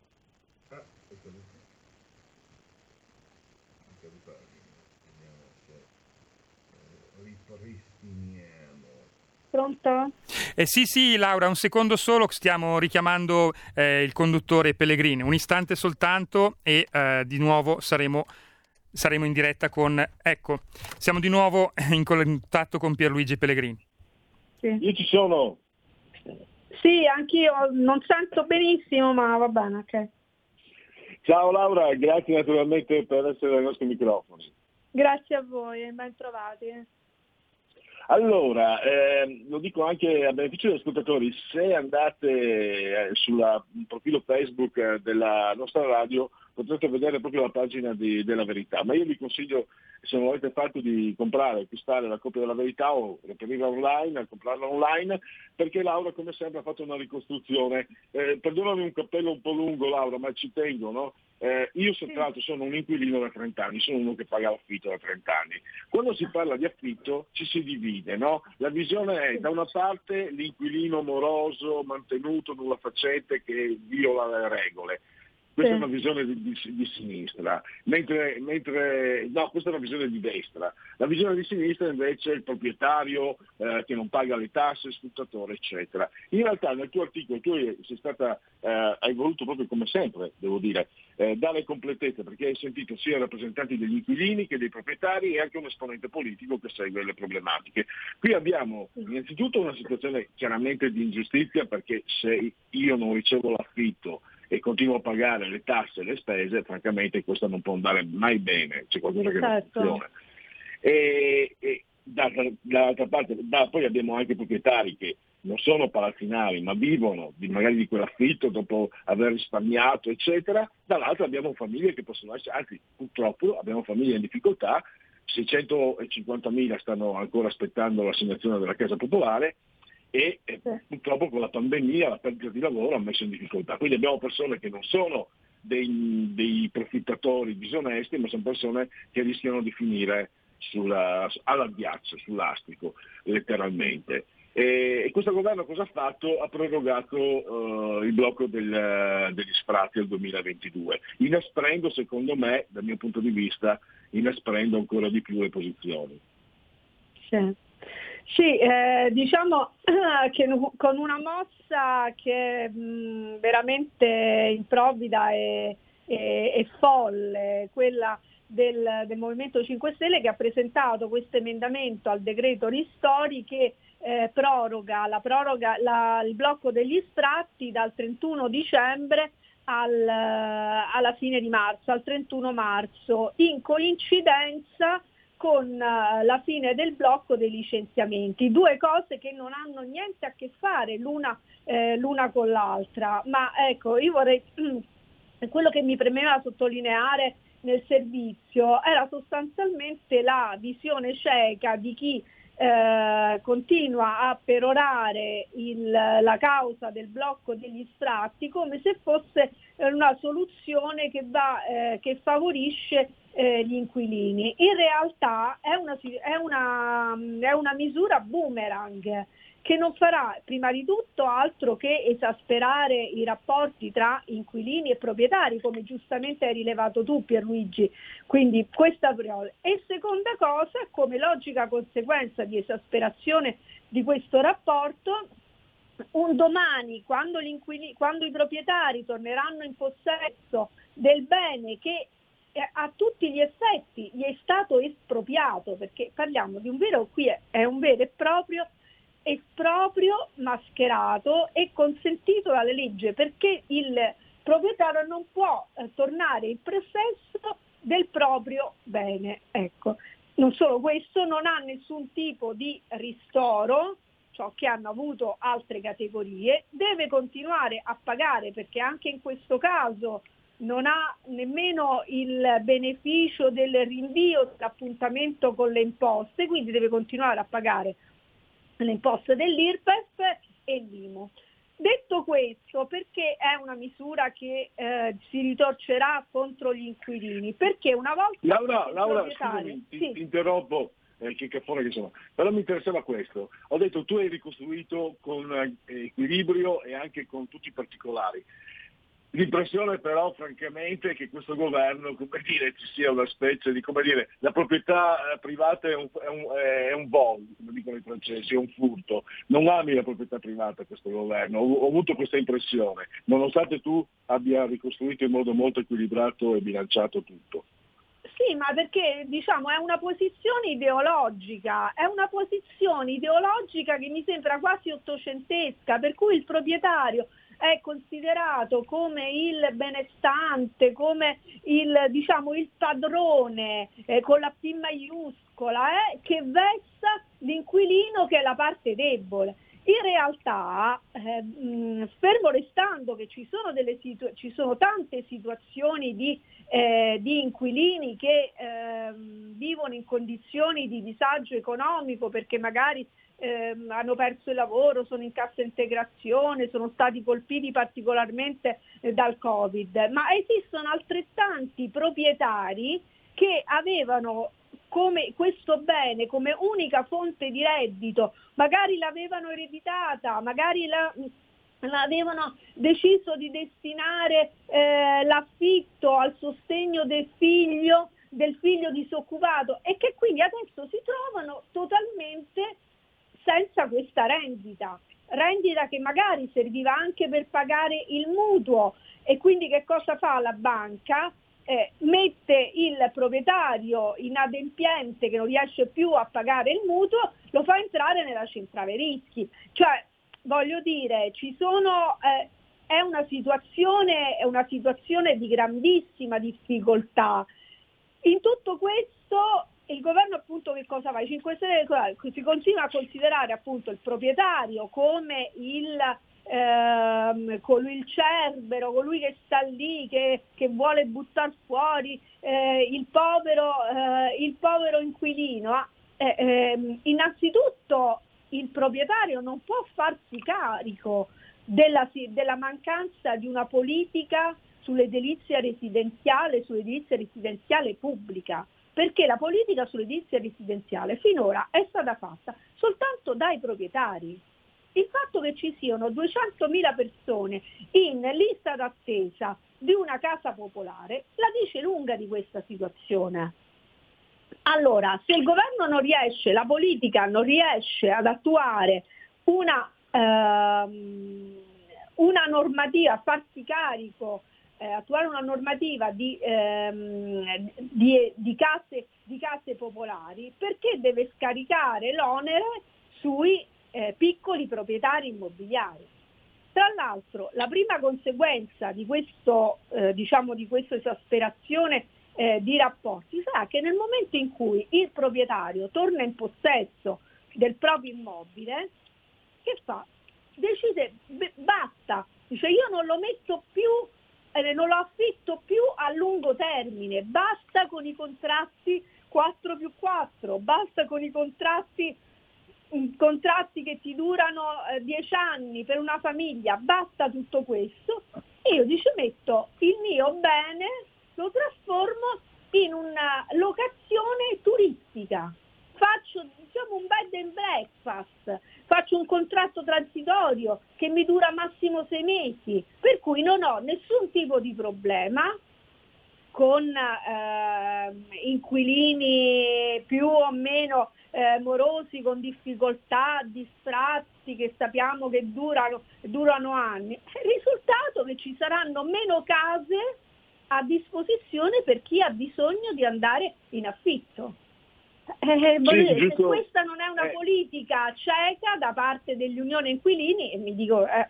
Pronto? Eh sì, sì, Laura, un secondo solo, stiamo richiamando eh, il conduttore Pellegrini, un istante soltanto e eh, di nuovo saremo, saremo in diretta con... Ecco, siamo di nuovo in contatto con Pierluigi Pellegrini. Sì. Io ci sono. Sì, anch'io non sento benissimo, ma va bene, ok. Ciao Laura, grazie naturalmente per essere ai nostri microfoni. Grazie a voi, ben trovati. Allora, eh, lo dico anche a beneficio degli ascoltatori, se andate eh, sul profilo Facebook della nostra radio potrete vedere proprio la pagina di, della Verità, ma io vi consiglio, se non avete fatto, di comprare, acquistare la copia della Verità o reperirla online, comprarla online, perché Laura come sempre ha fatto una ricostruzione. Eh, perdonami un cappello un po' lungo Laura, ma ci tengo, no? Eh, io se tra l'altro sono un inquilino da trenta anni, sono uno che paga l'affitto da trenta anni. Quando si parla di affitto ci si divide, no? La visione è da una parte l'inquilino moroso, mantenuto, nulla facente, che viola le regole. Questa sì. È una visione di, di, di sinistra, mentre, mentre no, questa è una visione di destra. La visione di sinistra invece è il proprietario eh, che non paga le tasse, sfruttatore, eccetera. In realtà nel tuo articolo tu sei stata, eh, hai voluto proprio come sempre, devo dire, eh, dare completezza, perché hai sentito sia rappresentanti degli inquilini che dei proprietari e anche un esponente politico che segue le problematiche. Qui abbiamo innanzitutto una situazione chiaramente di ingiustizia, perché se io non ricevo l'affitto e continuo a pagare le tasse e le spese, francamente questo non può andare mai bene, c'è qualcosa che non funziona. E, e da, dall'altra, dall'altra parte, da, poi abbiamo anche proprietari che non sono palazzinari ma vivono di, magari di quell'affitto dopo aver risparmiato eccetera, dall'altra abbiamo famiglie che possono essere, anzi purtroppo abbiamo famiglie in difficoltà, seicentocinquantamila stanno ancora aspettando l'assegnazione della casa popolare e eh, purtroppo con la pandemia la perdita di lavoro ha messo in difficoltà, quindi abbiamo persone che non sono dei, dei profittatori disonesti, ma sono persone che rischiano di finire sulla, alla ghiaccia, sull'astrico letteralmente. E, e questo governo cosa ha fatto? Ha prorogato uh, il blocco del, degli sfratti al duemilaventidue, inasprendo secondo me, dal mio punto di vista, inasprendo ancora di più le posizioni. Sì, sì eh, diciamo che con una mossa che è mh, veramente improvvida e, e, e folle, quella del, del Movimento cinque Stelle, che ha presentato questo emendamento al decreto ristori che eh, proroga, la proroga la, il blocco degli sfratti dal trentuno dicembre al, alla fine di marzo, al trentuno marzo, in coincidenza con la fine del blocco dei licenziamenti, due cose che non hanno niente a che fare l'una, eh, l'una con l'altra. Ma ecco, io vorrei, quello che mi premeva sottolineare nel servizio era sostanzialmente la visione cieca di chi eh, continua a perorare il, la causa del blocco degli sfratti come se fosse una soluzione che, va, eh, che favorisce eh, gli inquilini. In realtà è una, è, una, è una misura boomerang che non farà prima di tutto altro che esasperare i rapporti tra inquilini e proprietari, come giustamente hai rilevato tu, Pierluigi. Quindi questa prima. E seconda cosa, come logica conseguenza di esasperazione di questo rapporto, un domani, quando, gli inquilini, quando i proprietari torneranno in possesso del bene che a tutti gli effetti gli è stato espropriato, perché parliamo di un vero, qui è, è un vero e proprio esproprio mascherato e consentito dalle leggi, perché il proprietario non può eh, tornare in possesso del proprio bene. Ecco. Non solo questo, non ha nessun tipo di ristoro, ciò che hanno avuto altre categorie, deve continuare a pagare, perché anche in questo caso non ha nemmeno il beneficio del rinvio dell'appuntamento con le imposte, quindi deve continuare a pagare le imposte dell'I R P E F e l'I M U. Detto questo, perché è una misura che eh, si ritorcerà contro gli inquilini? Perché una volta Laura, che Laura proprietario... scusami, sì. ti interrompo, eh, che cafone che sono, però mi interessava questo. Ho detto, tu hai ricostruito con eh, equilibrio e anche con tutti i particolari. L'impressione però francamente è che questo governo, come dire, ci sia una specie di, come dire, la proprietà privata è un, è un, è un vol, come dicono i francesi, è un furto. Non ami la proprietà privata questo governo, ho, ho avuto questa impressione, nonostante tu abbia ricostruito in modo molto equilibrato e bilanciato tutto. Sì, ma perché diciamo è una posizione ideologica, è una posizione ideologica che mi sembra quasi ottocentesca, per cui il proprietario è considerato come il benestante, come il, diciamo, il padrone eh, con la P maiuscola, eh, che vessa l'inquilino che è la parte debole. In realtà, eh, mh, fermo restando che ci sono, delle situ- ci sono tante situazioni di, eh, di inquilini che eh, vivono in condizioni di disagio economico perché magari eh, hanno perso il lavoro, sono in cassa integrazione, sono stati colpiti particolarmente eh, dal Covid, ma esistono altrettanti proprietari che avevano come questo bene come unica fonte di reddito, magari l'avevano ereditata, magari la, l'avevano deciso di destinare eh, l'affitto al sostegno del figlio, del figlio disoccupato, e che quindi adesso si trovano totalmente senza questa rendita, rendita che magari serviva anche per pagare il mutuo. E quindi che cosa fa la banca? Eh, mette il proprietario inadempiente che non riesce più a pagare il mutuo, lo fa entrare nella centrale rischi. Cioè, voglio dire, ci sono, eh, è una situazione, è una situazione di grandissima difficoltà. In tutto questo il governo appunto che cosa fa? I cinque Stelle si continua a considerare appunto il proprietario come il ehm, colui il cerbero, colui che sta lì, che, che vuole buttare fuori eh, il povero eh, il povero inquilino. Eh, eh, innanzitutto il proprietario non può farsi carico della, della mancanza di una politica sull'edilizia residenziale, sull'edilizia residenziale pubblica, perché la politica sull'edilizia residenziale finora è stata fatta soltanto dai proprietari. Il fatto che ci siano duecentomila persone in lista d'attesa di una casa popolare la dice lunga di questa situazione. Allora, se il governo non riesce, la politica non riesce ad attuare una, ehm, una normativa, a farsi carico, eh, attuare una normativa di, ehm, di, di, case, di case popolari, perché deve scaricare l'onere sui eh, piccoli proprietari immobiliari? Tra l'altro, la prima conseguenza di questo, eh, diciamo, di questa esasperazione Eh, di rapporti sarà che nel momento in cui il proprietario torna in possesso del proprio immobile, che fa? Decide, b- basta, dice io non lo metto più, eh, non lo affitto più a lungo termine, basta con i contratti quattro più quattro, basta con i contratti contratti che ti durano dieci anni per una famiglia, basta tutto questo, e io dice metto il mio bene, lo trasformo in una locazione turistica, faccio diciamo un bed and breakfast, faccio un contratto transitorio che mi dura massimo sei mesi, per cui non ho nessun tipo di problema con eh, inquilini più o meno eh, morosi, con difficoltà, distratti, che sappiamo che durano, durano anni. Il risultato è che ci saranno meno case a disposizione per chi ha bisogno di andare in affitto. Eh, Sì, dire, giusto, se questa non è una eh. politica cieca da parte dell'Unione Inquilini, e mi dico... Eh.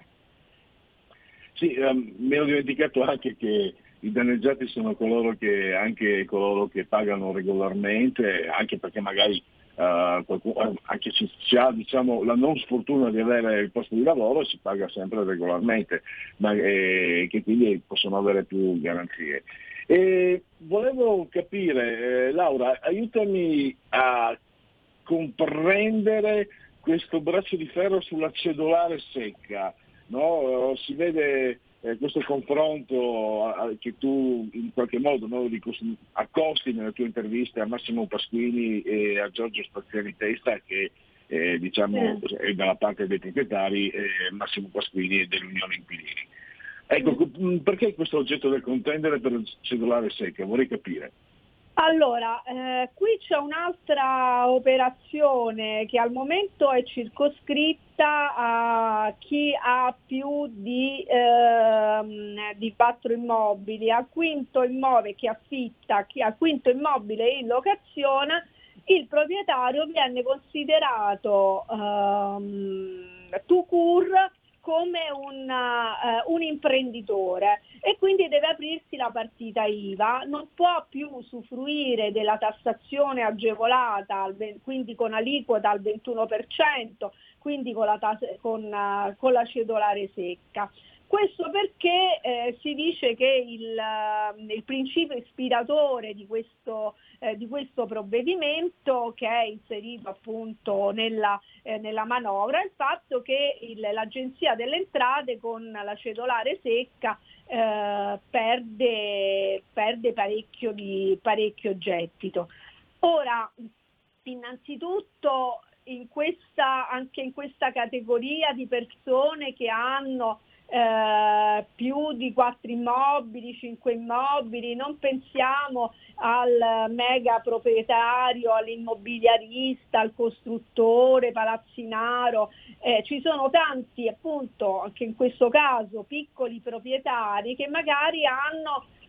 Sì, um, mi ero dimenticato anche che i danneggiati sono coloro che, anche coloro che pagano regolarmente, anche perché magari uh, qualcuno, anche se si ha diciamo, la non sfortuna di avere il posto di lavoro, si paga sempre regolarmente, ma eh, che quindi possono avere più garanzie. E volevo capire, eh, Laura, aiutami a comprendere questo braccio di ferro sulla cedolare secca, no? Si vede eh, questo confronto a, che tu in qualche modo no, dico, accosti nelle tue interviste a Massimo Pasquini e a Giorgio Spaziani Testa, che eh, diciamo sì. è dalla parte dei proprietari, e Massimo Pasquini è dell'Unione Inquilini. Ecco, perché questo oggetto del contendere per il cedolare secca? Vorrei capire. Allora, eh, qui c'è un'altra operazione che al momento è circoscritta a chi ha più di, ehm, di quattro immobili, al quinto immobile che affitta, chi ha quinto immobile in locazione, il proprietario viene considerato ehm, tout court come un, uh, un imprenditore, e quindi deve aprirsi la partita I V A, non può più usufruire della tassazione agevolata, quindi con aliquota al ventuno per cento, quindi con la, tas- con, uh, con la cedolare secca. Questo perché eh, si dice che il, uh, il principio ispiratore di questo, eh, di questo provvedimento, che è inserito appunto nella, eh, nella manovra, è il fatto che il, l'Agenzia delle Entrate con la cedolare secca eh, perde, perde parecchio, di, parecchio gettito. Ora, innanzitutto in questa, anche in questa categoria di persone che hanno Eh, più di quattro immobili, cinque immobili, non pensiamo al mega proprietario, all'immobiliarista, al costruttore palazzinaro, eh, ci sono tanti appunto anche in questo caso piccoli proprietari che magari hanno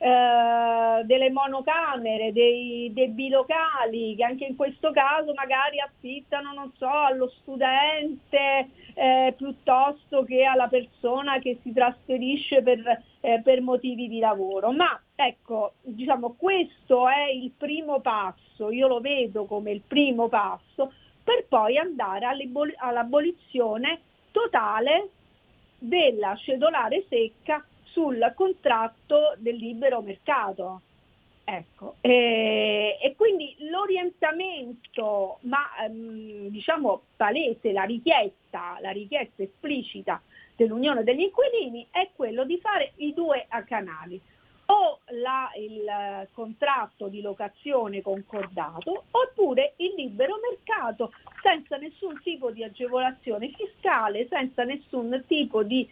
eh, delle monocamere, dei, dei bilocali, che anche in questo caso magari affittano, non so, allo studente eh, piuttosto che alla persona che si trasferisce per, eh, per motivi di lavoro. Ma ecco, diciamo, questo è il primo passo, io lo vedo come il primo passo, per poi andare all'abolizione totale della cedolare secca sul contratto del libero mercato. Ecco, e, e quindi l'orientamento, ma ehm, diciamo palese, la richiesta, la richiesta esplicita dell'Unione degli Inquilini è quello di fare i due a canali, o la, il contratto di locazione concordato oppure il libero mercato, senza nessun tipo di agevolazione fiscale, senza nessun tipo di,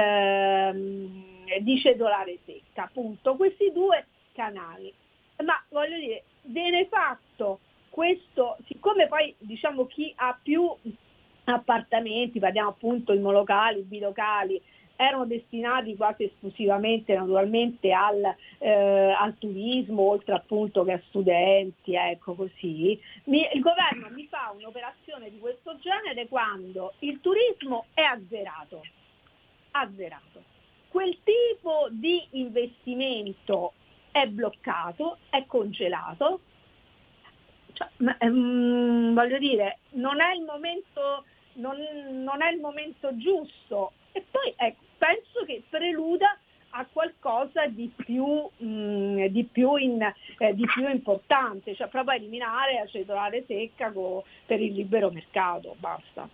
ehm, di cedolare secca, appunto, questi due canali. Ma voglio dire, viene fatto questo, siccome poi diciamo chi ha più appartamenti, parliamo appunto di monolocali, bilocali, erano destinati quasi esclusivamente naturalmente al, eh, al turismo, oltre appunto che a studenti, ecco così. Mi, il governo mi fa un'operazione di questo genere quando il turismo è azzerato, azzerato. Quel tipo di investimento è bloccato, è congelato, cioè, ma, um, voglio dire, non è il momento, non, non è il momento giusto. E poi ecco, penso che preluda a qualcosa di più, mh, di più, in, eh, di più importante, cioè proprio eliminare la cedolare secca co- per il libero mercato, basta.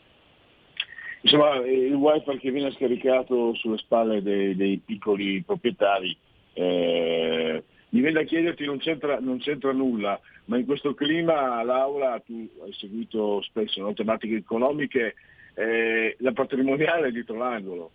Insomma, il wifi che viene scaricato sulle spalle dei, dei piccoli proprietari, eh, mi viene da chiederti, non c'entra, non c'entra nulla, ma in questo clima, Laura, tu hai seguito spesso, no, tematiche economiche, Eh, la patrimoniale è dietro l'angolo.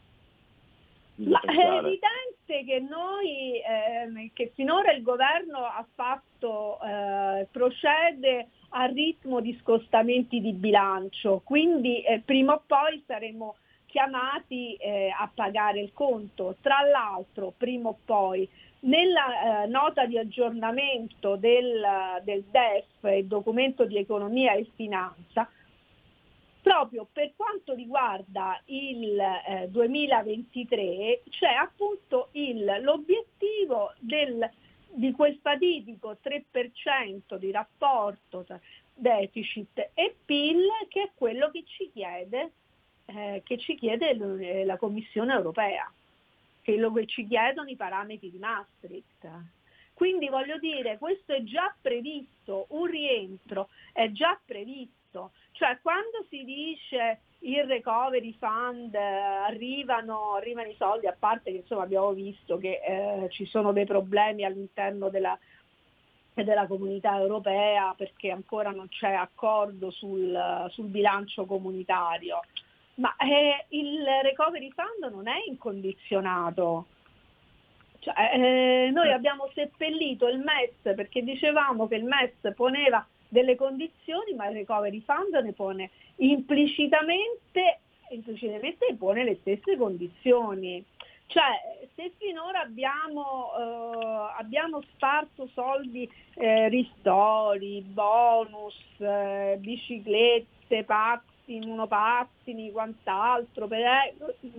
Ma è evidente che noi, eh, che finora il governo ha fatto, eh, procede a ritmo di scostamenti di bilancio, quindi eh, prima o poi saremo chiamati eh, a pagare il conto. Tra l'altro, prima o poi, nella eh, nota di aggiornamento del, del D E F, il documento di economia e finanza, proprio per quanto riguarda il eh, duemilaventitré c'è appunto il, l'obiettivo del, di quel fatidico tre per cento di rapporto tra deficit e P I L, che è quello che ci chiede, eh, che ci chiede l- la Commissione europea, quello che ci chiedono i parametri di Maastricht. Quindi voglio dire, questo è già previsto, un rientro è già previsto. Cioè quando si dice il recovery fund, eh, arrivano, arrivano i soldi, a parte che insomma abbiamo visto che eh, ci sono dei problemi all'interno della, della comunità europea perché ancora non c'è accordo sul, sul bilancio comunitario, ma eh, il recovery fund non è incondizionato. Cioè, eh, noi abbiamo seppellito il M E S perché dicevamo che il M E S poneva delle condizioni, ma il recovery fund ne pone implicitamente, implicitamente pone le stesse condizioni. Cioè, se finora abbiamo, eh, abbiamo sparso soldi, eh, ristori, bonus, eh, biciclette, pattini, monopattini, quant'altro, per, eh,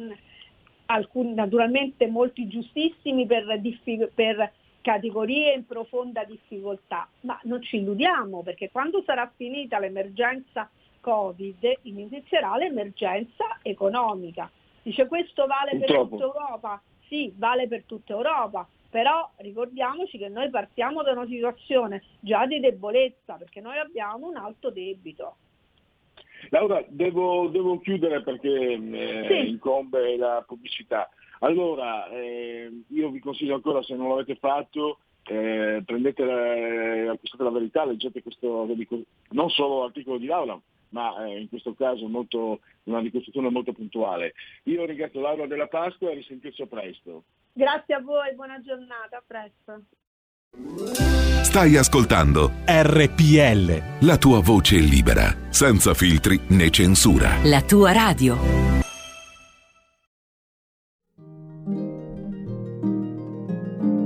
alcuni naturalmente molti giustissimi per, diffi- per categorie in profonda difficoltà, ma non ci illudiamo, perché quando sarà finita l'emergenza Covid inizierà l'emergenza economica. Dice questo vale per tutta Europa? Sì, vale per tutta Europa, però ricordiamoci che noi partiamo da una situazione già di debolezza, perché noi abbiamo un alto debito. Laura, devo, devo chiudere perché eh, sì. incombe la pubblicità. Allora, eh, io vi consiglio ancora, se non l'avete fatto, eh, prendete la, acquistate la verità, leggete questo, non solo l'articolo di Laura, ma eh, in questo caso molto, una ricostruzione molto puntuale. Io ringrazio Laura Della Pasqua e risentirci a presto. Grazie a voi, buona giornata, a presto. Stai ascoltando R P L, la tua voce libera, senza filtri né censura. La tua radio.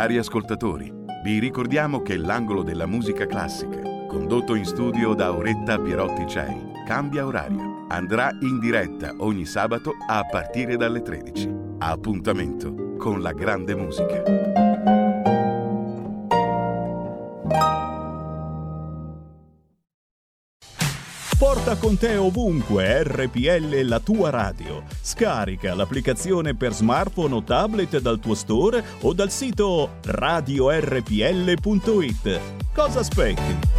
Cari ascoltatori, vi ricordiamo che l'angolo della musica classica, condotto in studio da Auretta Pierotti Cei, cambia orario. Andrà in diretta ogni sabato a partire dalle tredici. Appuntamento con la grande musica. Porta con te ovunque R P L, la tua radio. Scarica l'applicazione per smartphone o tablet dal tuo store o dal sito radio r p l punto i t. Cosa aspetti?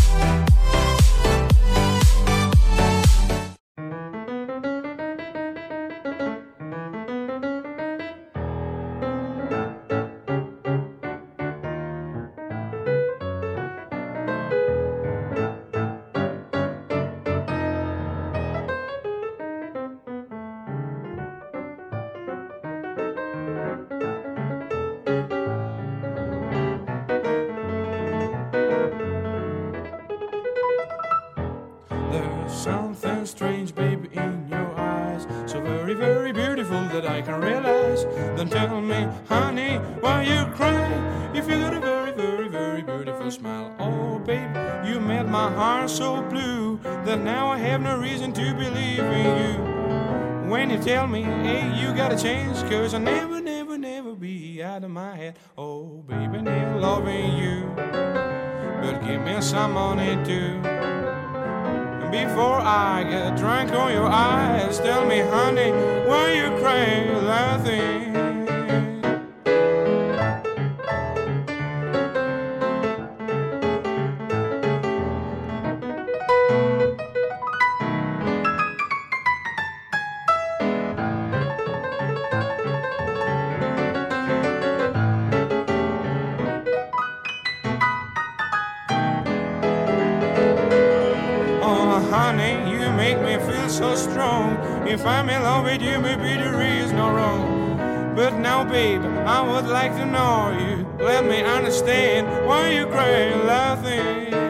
Tell me, hey, you gotta change, cause I never, never, never be out of my head. Oh, baby, I'm loving you, but give me some money too. And before I get drunk on your eyes, tell me, honey, why you cry laughing? So strong, if I'm in love with you, maybe there is no wrong. But now, babe, I would like to know you. Let me understand why you cry laughing.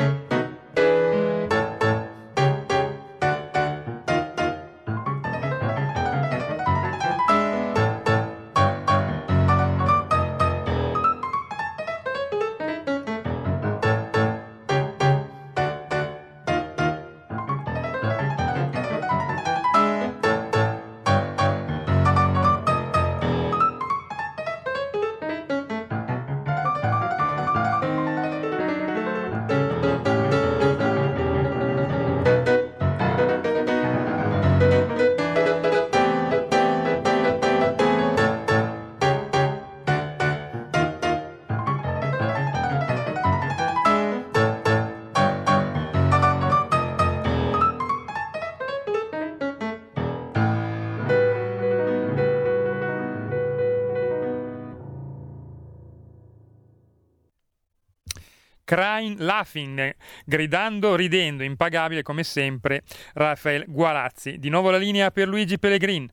Crying, laughing, gridando, ridendo, impagabile come sempre, Rafael Gualazzi. Di nuovo la linea per Luigi Pellegrin.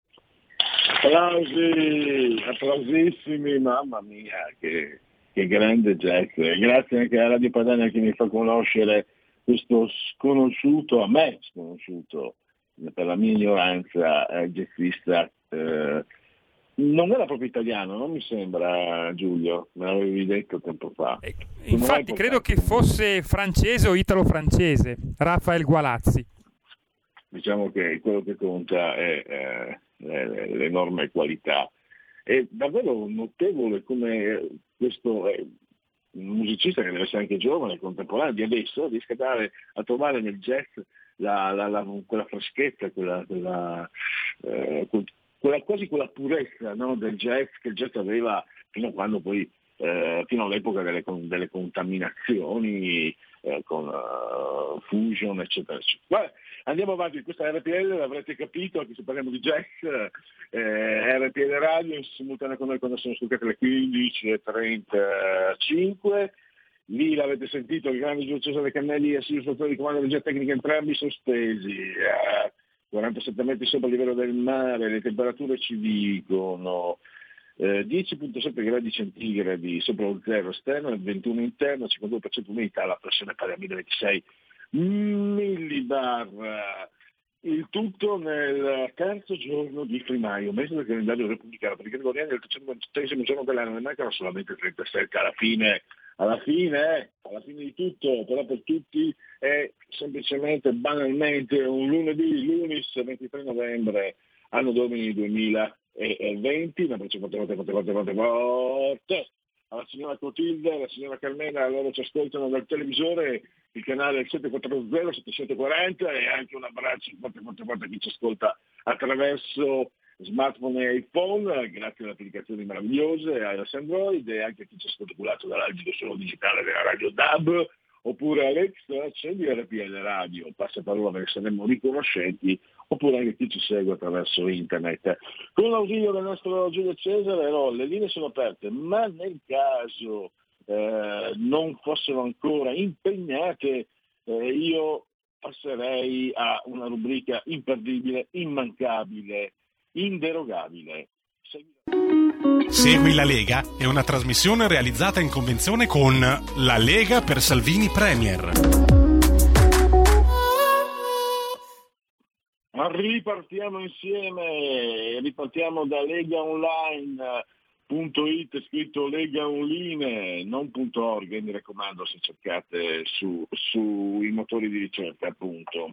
Applausi, applausissimi, mamma mia, che, che grande jazz. Grazie anche alla Radio Padania che mi fa conoscere questo sconosciuto, a me sconosciuto, per la mia ignoranza, eh, jazzista. Eh, Non era proprio italiano, non mi sembra, Giulio, me l'avevi detto tempo fa. Eh, infatti credo che fosse francese o italo-francese, Rafael Gualazzi. Diciamo che quello che conta è, è, è l'enorme qualità. È davvero notevole come questo è un musicista che deve essere anche giovane, contemporaneo, di adesso, riesca a, dare, a trovare nel jazz la, la, la, quella freschezza, quella... quella eh, Quella, quasi quella purezza, no, del jazz che il jazz aveva fino a quando poi, eh, fino all'epoca delle, delle contaminazioni eh, con uh, fusion, eccetera, eccetera. Vabbè, andiamo avanti, questa è R P L, l'avrete capito, anche se parliamo di jazz, eh, R P L Radio, in simultanea con noi quando sono scoccate le quindici e trentacinque. Lì l'avete sentito, il grande Giulio Cesare Cannelli e Silvio Fattore di comando della tecnica, entrambi sospesi. Eh, quarantasette metri sopra il livello del mare, le temperature ci dicono eh, dieci virgola sette gradi centigradi sopra lo zero esterno e ventuno interno, cinquantadue per cento umidità, la pressione pari a milleventisei millibar. Il tutto nel terzo giorno di primaio, mese del calendario repubblicano, perché i gregoriani del trecentonovantesimo giorno dell'anno ne mancano solamente trentasette. Alla fine, alla fine, alla fine di tutto, però per tutti è semplicemente, banalmente, un lunedì, lunis ventitré novembre, anno domini duemilaventi. Un abbraccio forte, forte, forte, forte, forte, forte alla signora Clotilde, alla signora Carmena, loro ci ascoltano dal televisore, il canale è il sette quattro zero sette quattro zero, e anche un abbraccio forte, forte, forte a chi ci ascolta attraverso smartphone e iPhone, grazie alle applicazioni meravigliose, iOS Android, e anche a chi ci ascolta culato dall'algido suono digitale della radio D A B, oppure Alexa, accendi R P L Radio, passa parola, ve ne saremmo riconoscenti, oppure anche chi ci segue attraverso internet. Con l'ausilio del nostro Giulio Cesare, no, le linee sono aperte, ma nel caso eh, non fossero ancora impegnate, eh, io passerei a una rubrica imperdibile, immancabile, inderogabile. Segui la Lega è una trasmissione realizzata in convenzione con La Lega per Salvini Premier. Ripartiamo insieme, ripartiamo da legaonline punto it, scritto Lega Online, non .org, mi raccomando se cercate su, sui motori di ricerca, appunto.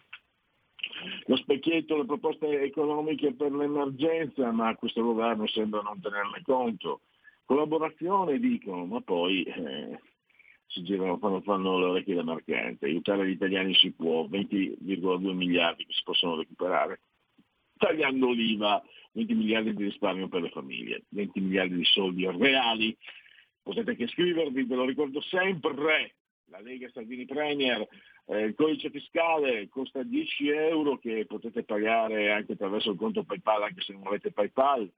Lo specchietto, le proposte economiche per l'emergenza, ma questo governo sembra non tenerne conto. Collaborazione dicono, ma poi eh, si girano, fanno, fanno le orecchie da mercante. Aiutare gli italiani si può, venti virgola due miliardi che si possono recuperare. Tagliando l'I V A, venti miliardi di risparmio per le famiglie, venti miliardi di soldi reali. Potete anche iscrivervi, ve lo ricordo sempre, la Lega Salvini Premier, eh, il codice fiscale costa dieci euro che potete pagare anche attraverso il conto PayPal, anche se non avete PayPal,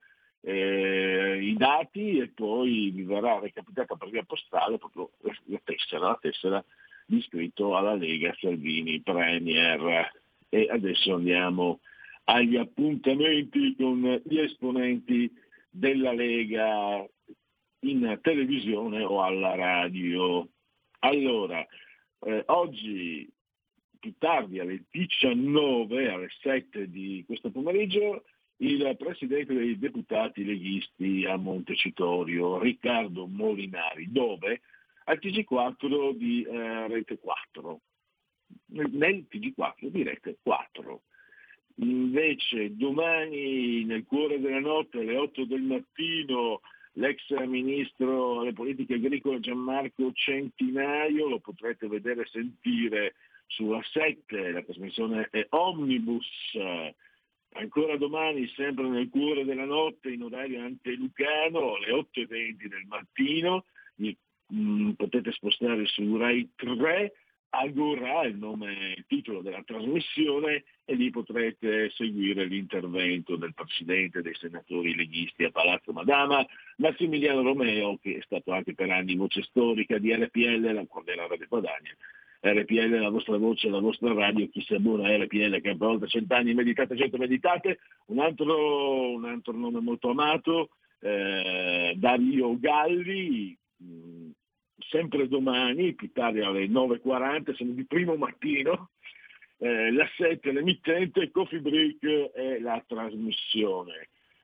eh, i dati, e poi vi verrà recapitata per via postale proprio la tessera, la tessera di iscritto alla Lega Salvini Premier. E adesso andiamo agli appuntamenti con gli esponenti della Lega in televisione o alla radio. Allora, eh, oggi più tardi alle diciannove, alle sette di questo pomeriggio, il presidente dei deputati leghisti a Montecitorio, Riccardo Molinari, dove? Al T G quattro di eh, Rete quattro, nel, nel T G quattro di Rete quattro. Invece domani, nel cuore della notte, alle otto del mattino, l'ex ministro alle politiche agricole Gianmarco Centinaio, lo potrete vedere e sentire sulla sette, la trasmissione è Omnibus. Ancora domani, sempre nel cuore della notte, in orario antelucano, alle otto e venti del mattino, mi, mh, potete spostare su Rai tre, Agora, il nome, il titolo della trasmissione, e lì potrete seguire l'intervento del presidente dei senatori leghisti a Palazzo Madama, Massimiliano Romeo, che è stato anche per anni voce storica di R P L, la della Radio Padania. R P L, la vostra voce, la vostra radio, chi si abbona a R P L, che per oltre cent'anni meditate, cento meditate. Un altro, un altro nome molto amato, eh, Dario Galli, mh, sempre domani, più tardi alle nove e quaranta, sono di primo mattino, eh, la sette l'emittente, Coffee Break è la trasmissione.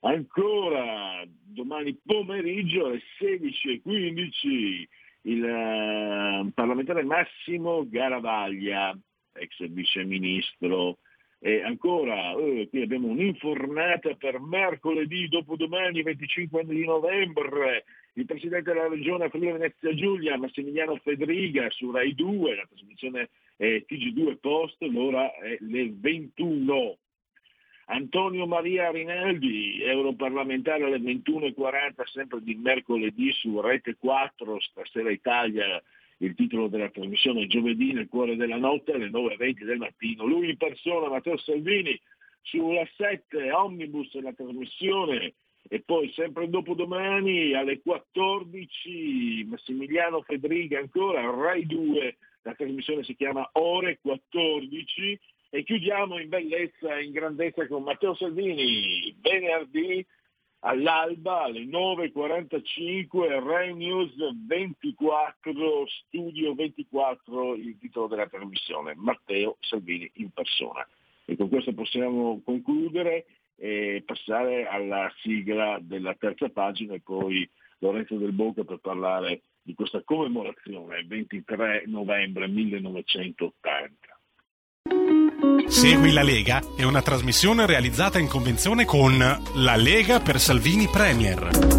Ancora domani pomeriggio alle sedici e quindici il uh, parlamentare Massimo Garavaglia, ex viceministro. E ancora, eh, qui abbiamo un'infornata per mercoledì, dopodomani, venticinque di novembre, il presidente della regione Friuli Venezia Giulia, Massimiliano Fedriga, su Rai due, la trasmissione è T G due Post, l'ora è le ventuno. Antonio Maria Rinaldi, europarlamentare alle ventuno e quaranta, sempre di mercoledì su Rete quattro, Stasera Italia, il titolo della trasmissione è Giovedì nel cuore della notte, alle nove e venti del mattino. Lui in persona, Matteo Salvini, sulla sette, Omnibus la trasmissione, e poi sempre dopodomani alle quattordici, Massimiliano Fedriga ancora, Rai due, la trasmissione si chiama Ore quattordici, e chiudiamo in bellezza e in grandezza con Matteo Salvini, venerdì all'alba alle nove e quarantacinque, Rai News ventiquattro, Studio ventiquattro, il titolo della trasmissione, Matteo Salvini in persona. E con questo possiamo concludere e passare alla sigla della terza pagina e poi Lorenzo Del Boca per parlare di questa commemorazione ventitré novembre millenovecentottanta. Segui la Lega è una trasmissione realizzata in convenzione con La Lega per Salvini Premier.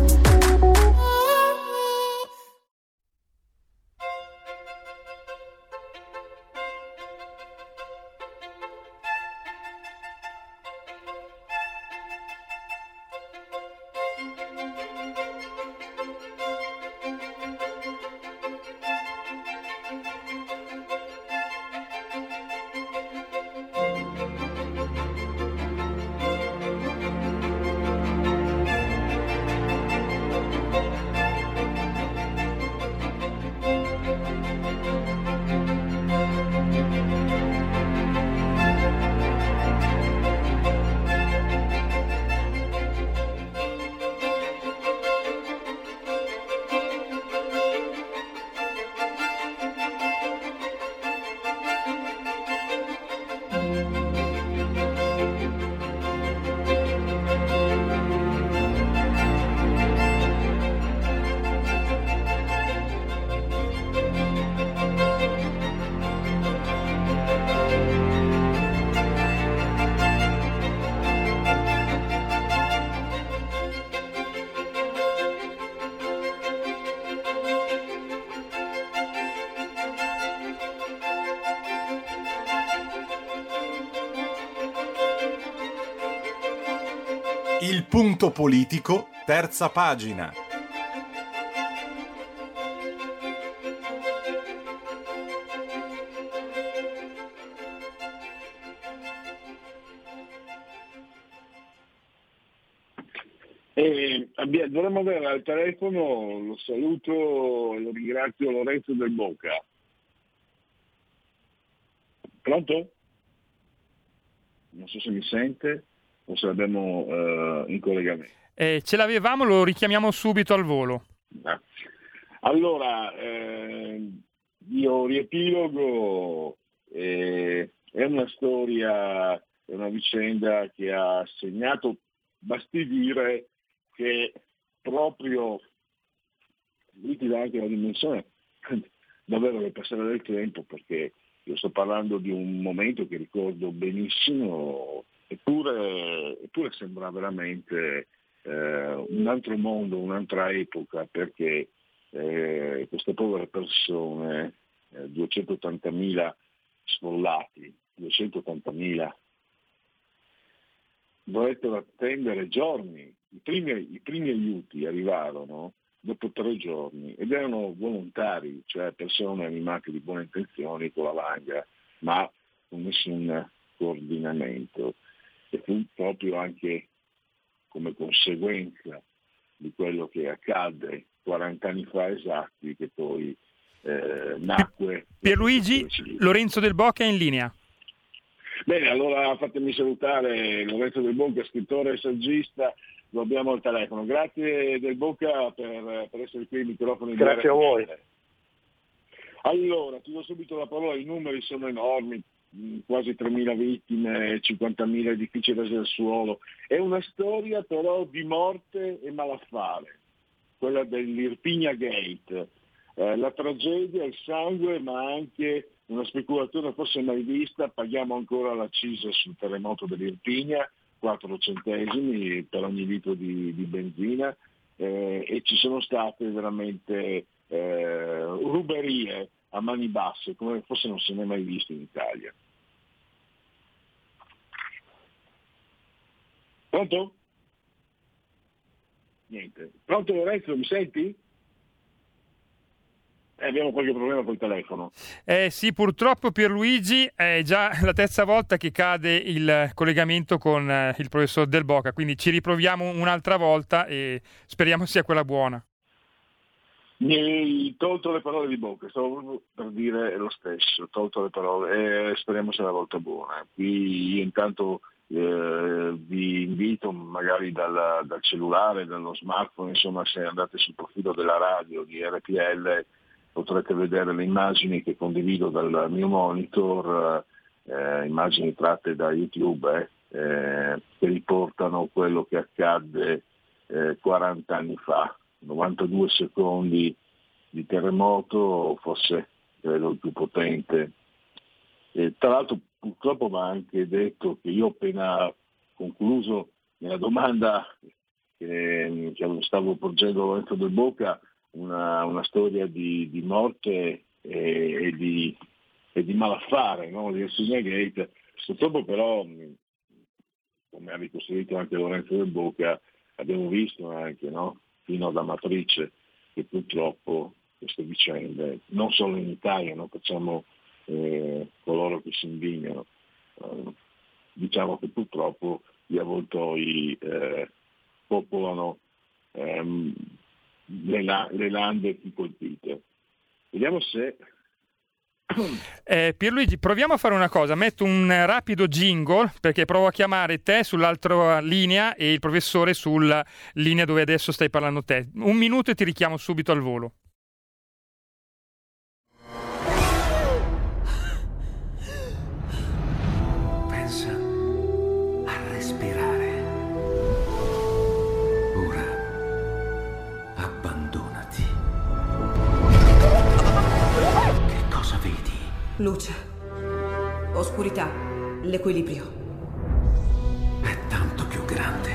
Il punto politico, terza pagina. E abbia, dovremmo avere al telefono, lo saluto e lo ringrazio, Lorenzo Del Boca. Pronto? Non so se mi sente o se l'abbiamo uh, in collegamento. Eh, ce l'avevamo, lo richiamiamo subito al volo. Ah. Allora, eh, io riepilogo, eh, è una storia, è una vicenda che ha segnato, basti dire che proprio, lì ti dà anche la dimensione davvero del passare del tempo, perché io sto parlando di un momento che ricordo benissimo, eppure, eppure sembra veramente eh, un altro mondo, un'altra epoca, perché eh, queste povere persone, eh, duecentottantamila sfollati, duecentottantamila, dovettero attendere giorni. I primi, i primi aiuti arrivarono dopo tre giorni ed erano volontari, cioè persone animate di buone intenzioni con la langa, ma con nessun coordinamento. E fu proprio anche come conseguenza di quello che accadde quaranta anni fa esatti che poi eh, nacque. Pierluigi, Lorenzo Del Boca è in linea. Bene, allora fatemi salutare Lorenzo Del Boca, scrittore e saggista, lo abbiamo al telefono. Grazie Del Boca per, per essere qui ai microfoni. Grazie a voi. Allora, ti do subito la parola, i numeri sono enormi, quasi tremila vittime, cinquantamila edifici resi al suolo. È una storia però di morte e malaffare, quella dell'Irpinia Gate, eh, la tragedia, il sangue, ma anche una speculazione forse mai vista. Paghiamo ancora l'accisa sul terremoto dell'Irpinia, quattro centesimi per ogni litro di, di benzina, eh, e ci sono state veramente eh, ruberie a mani basse, come forse non se ne è mai visto in Italia. Pronto? Niente. Pronto Lorenzo, mi senti? Eh, abbiamo qualche problema col telefono. Eh sì, purtroppo Pierluigi è già la terza volta che cade il collegamento con eh, il professor Del Boca, quindi ci riproviamo un'altra volta e speriamo sia quella buona. Mi hai tolto le parole di bocca, stavo per dire lo stesso, tolto le parole e speriamo sia una volta buona. Qui io intanto eh, vi invito magari dal, dal cellulare, dallo smartphone, insomma se andate sul profilo della radio di R P L potrete vedere le immagini che condivido dal mio monitor eh, immagini tratte da YouTube, eh, eh, che riportano quello che accadde eh, quaranta anni fa, novantadue secondi di terremoto, forse credo il più potente. E, tra l'altro purtroppo mi ha anche detto che io ho appena concluso nella domanda che, che stavo porgendo a Lorenzo Del Boca, una, una storia di, di morte e, e, di, e di malaffare, no? Di Ersilia Gate. Purtroppo però, come ha ricostruito anche Lorenzo Del Boca, abbiamo visto anche, no? Fino ad Amatrice, che purtroppo queste vicende, non solo in Italia, no? Facciamo eh, coloro che si indignano, eh, diciamo che purtroppo gli avvoltoi eh, popolano ehm, le, la- le lande più colpite. Vediamo se... Eh, Pierluigi, proviamo a fare una cosa, metto un rapido jingle perché provo a chiamare te sull'altra linea e il professore sulla linea dove adesso stai parlando te. Un minuto e ti richiamo subito al volo. Pensa a respirare. Ora abbandonati. Che cosa vedi? Luce, oscurità, l'equilibrio. È tanto più grande.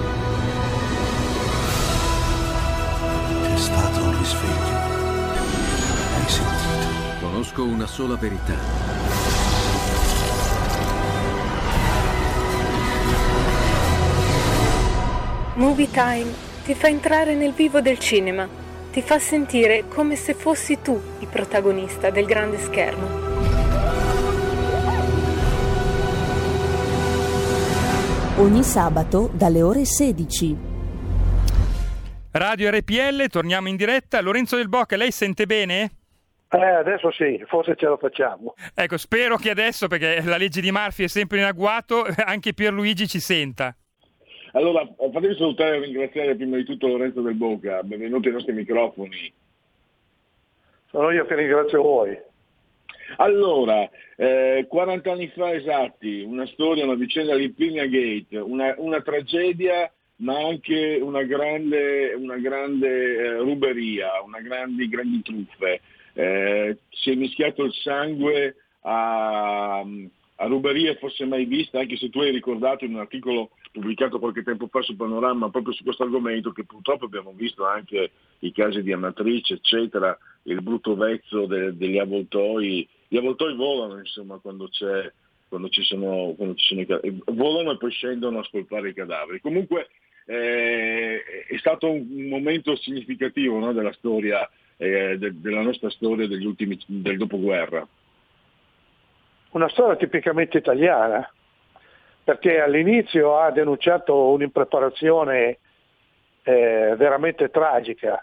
C'è stato un risveglio. Hai sentito? Conosco una sola verità. Movie Time ti fa entrare nel vivo del cinema, ti fa sentire come se fossi tu il protagonista del grande schermo. Ogni sabato dalle ore sedici. Radio R P L, torniamo in diretta. Lorenzo Del Boca, lei sente bene? Eh, adesso sì, forse ce lo facciamo. Ecco, spero che adesso, perché la legge di Murphy è sempre in agguato, anche Pierluigi ci senta. Allora, fatemi salutare e ringraziare prima di tutto Lorenzo Del Boca, benvenuti ai nostri microfoni. Sono io che ringrazio voi. Allora, eh, quaranta anni fa esatti, una storia, una vicenda di Pirnia Gate, una, una tragedia ma anche una grande, una grande eh, ruberia, una grandi, grandi truffe. Eh, si è mischiato il sangue a, a ruberie forse mai viste, anche se tu hai ricordato in un articolo pubblicato qualche tempo fa su Panorama proprio su questo argomento, che purtroppo abbiamo visto anche i casi di Amatrice, eccetera, il brutto vezzo de, degli avvoltoi. Gli avvoltoi volano, insomma, quando c'è, quando ci sono, quando ci sono i cadaveri, volano e poi scendono a spolpare i cadaveri. Comunque eh, è stato un momento significativo, no, della storia, eh, de, della nostra storia degli ultimi, del dopoguerra. Una storia tipicamente italiana, perché all'inizio ha denunciato un'impreparazione eh, veramente tragica,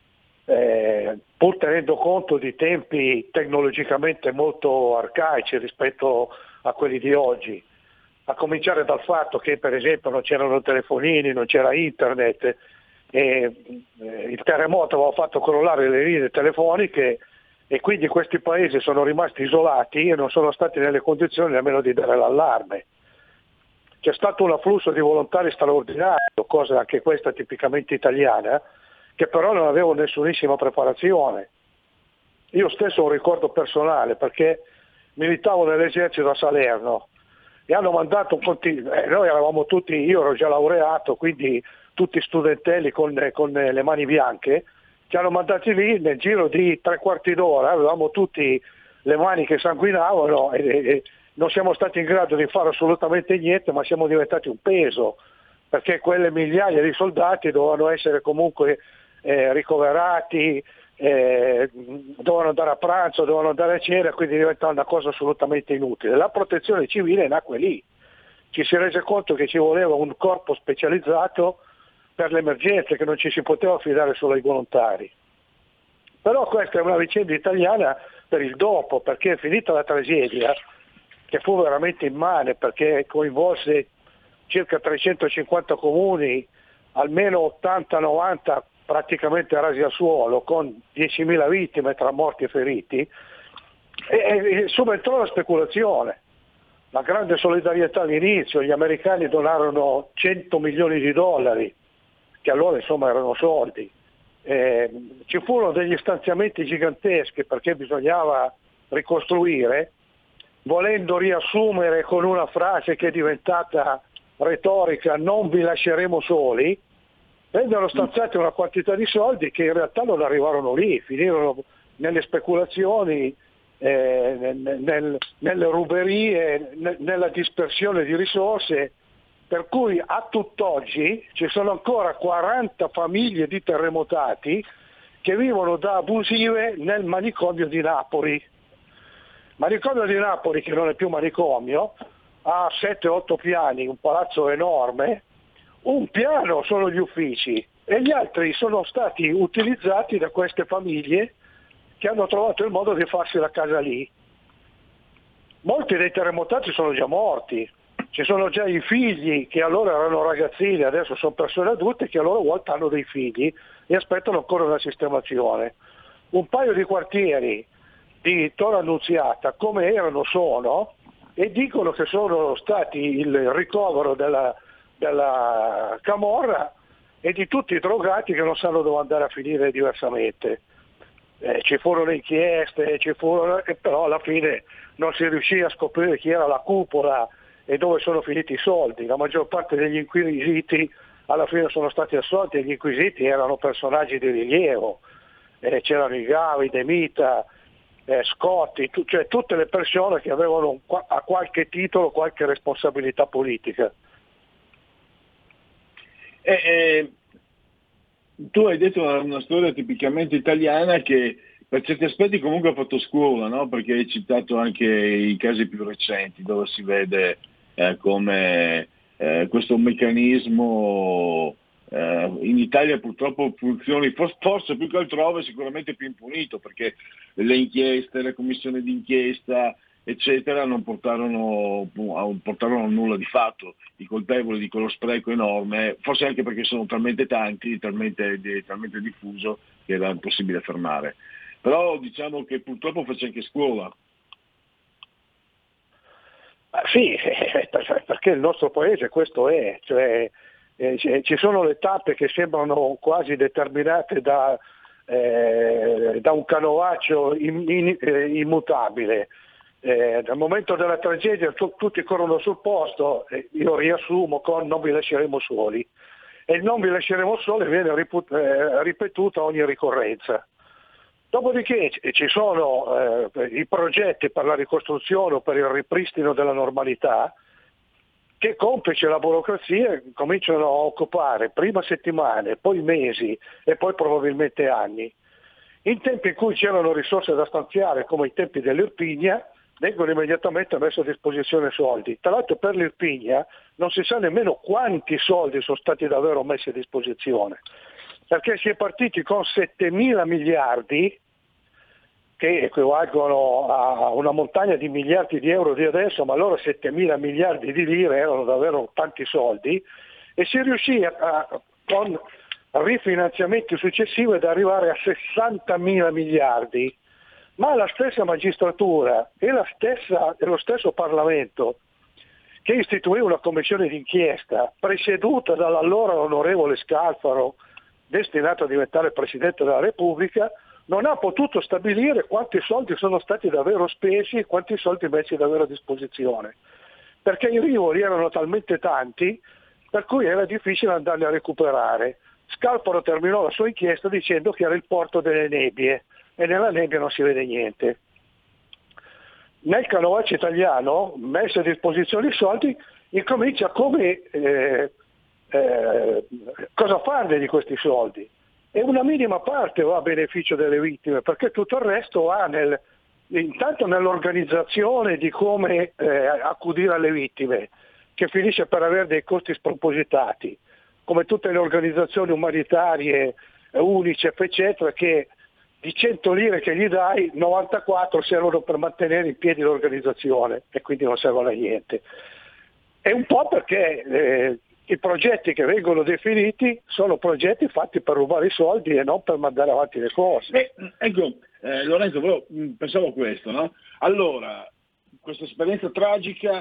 eh, pur tenendo conto di tempi tecnologicamente molto arcaici rispetto a quelli di oggi, a cominciare dal fatto che per esempio non c'erano telefonini, non c'era internet, e eh, il terremoto aveva fatto crollare le linee telefoniche e quindi questi paesi sono rimasti isolati e non sono stati nelle condizioni nemmeno di dare l'allarme. C'è stato un afflusso di volontari straordinario, cosa anche questa tipicamente italiana, che però non avevo nessunissima preparazione. Io stesso ho un ricordo personale perché militavo nell'esercito a Salerno e hanno mandato un continuo, eh, noi eravamo tutti, io ero già laureato, quindi tutti studentelli con, con le mani bianche, ci hanno mandati lì nel giro di tre quarti d'ora, avevamo tutti le mani che sanguinavano e, e non siamo stati in grado di fare assolutamente niente, ma siamo diventati un peso, perché quelle migliaia di soldati dovevano essere comunque eh, ricoverati, eh, dovevano andare a pranzo, dovevano andare a cena, quindi diventava una cosa assolutamente inutile. La protezione civile nacque lì, ci si rese conto che ci voleva un corpo specializzato per le emergenze, che non ci si poteva affidare solo ai volontari. Però questa è una vicenda italiana per il dopo, perché è finita la tragedia, che fu veramente immane, perché coinvolse circa trecentocinquanta comuni, almeno ottanta novanta praticamente rasi al suolo, con diecimila vittime tra morti e feriti, e, e subentrò la speculazione. la grande solidarietà all'inizio, gli americani donarono cento milioni di dollari, che allora insomma erano soldi. Eh, ci furono degli stanziamenti giganteschi perché bisognava ricostruire, volendo riassumere con una frase che è diventata retorica, non vi lasceremo soli, vennero stanziati una quantità di soldi che in realtà non arrivarono lì, finirono nelle speculazioni, eh, nel, nel, nelle ruberie, nel, nella dispersione di risorse, per cui a tutt'oggi ci sono ancora quaranta famiglie di terremotati che vivono da abusive nel manicomio di Napoli. Manicomio di Napoli, che non è più manicomio, ha sette otto piani, un palazzo enorme, un piano sono gli uffici e gli altri sono stati utilizzati da queste famiglie che hanno trovato il modo di farsi la casa lì. Molti dei terremotati sono già morti, ci sono già i figli che allora erano ragazzini, adesso sono persone adulte che a loro volta hanno dei figli e aspettano ancora una sistemazione. Un paio di quartieri di Torre Annunziata come erano sono e dicono che sono stati il ricovero della, della camorra e di tutti i drogati che non sanno dove andare a finire diversamente. Eh, ci furono inchieste, ci furono, e però alla fine non si riuscì a scoprire chi era la cupola e dove sono finiti i soldi. La maggior parte degli inquisiti alla fine sono stati assolti e gli inquisiti erano personaggi di rilievo, eh, c'erano i Gavi, De Mita, eh, Scotti, tu, cioè tutte le persone che avevano a qualche titolo qualche responsabilità politica. Eh, eh, tu hai detto una, una storia tipicamente italiana che per certi aspetti comunque ha fatto scuola, no? Perché hai citato anche i casi più recenti dove si vede eh, come eh, questo meccanismo eh, in Italia purtroppo funzioni forse, forse più che altrove sicuramente più impunito, perché le inchieste, le commissioni d'inchiesta eccetera non portarono, portarono a nulla di fatto. I colpevoli di quello spreco enorme, forse anche perché sono talmente tanti, talmente, talmente diffuso che era impossibile fermare. Però diciamo che purtroppo fece anche scuola. Ah, sì, perché il nostro paese questo è, cioè eh, ci sono le tappe che sembrano quasi determinate da, eh, da un canovaccio in, in, eh, immutabile. Eh, dal momento della tragedia tu, tutti corrono sul posto, eh, io riassumo con non vi lasceremo soli, e il non vi lasceremo soli viene riput- eh, ripetuto a ogni ricorrenza. Dopodiché ci sono eh, i progetti per la ricostruzione o per il ripristino della normalità che, complice la burocrazia, cominciano a occupare prima settimane, poi mesi e poi probabilmente anni. In tempi in cui c'erano risorse da stanziare, come i tempi dell'Irpinia, vengono immediatamente messi a disposizione soldi. Tra l'altro per l'Irpinia non si sa nemmeno quanti soldi sono stati davvero messi a disposizione, perché si è partiti con settemila miliardi, che equivalgono a una montagna di miliardi di euro di adesso, ma allora settemila miliardi di lire erano davvero tanti soldi, e si riuscì a, a, con rifinanziamenti successivi ad arrivare a sessantamila miliardi. Ma la stessa magistratura e, la stessa, e lo stesso Parlamento, che istituì una commissione d'inchiesta presieduta dall'allora onorevole Scalfaro, destinato a diventare Presidente della Repubblica, non ha potuto stabilire quanti soldi sono stati davvero spesi e quanti soldi messi davvero a disposizione, perché i rivoli erano talmente tanti per cui era difficile andarli a recuperare. Scalfaro terminò la sua inchiesta dicendo che era il porto delle nebbie, e nella nebbia non si vede niente. Nel canovaccio italiano, messi a disposizione i soldi, incomincia come eh, eh, cosa farne di questi soldi, e una minima parte va a beneficio delle vittime, perché tutto il resto va nel, intanto nell'organizzazione di come eh, accudire alle vittime, che finisce per avere dei costi spropositati, come tutte le organizzazioni umanitarie, UNICEF eccetera, che di cento lire che gli dai, novantaquattro servono per mantenere in piedi l'organizzazione e quindi non servono a niente. È un po' perché eh, i progetti che vengono definiti sono progetti fatti per rubare i soldi e non per mandare avanti le cose. Eh, ecco, eh, Lorenzo, però, pensavo a questo, no? Allora, questa esperienza tragica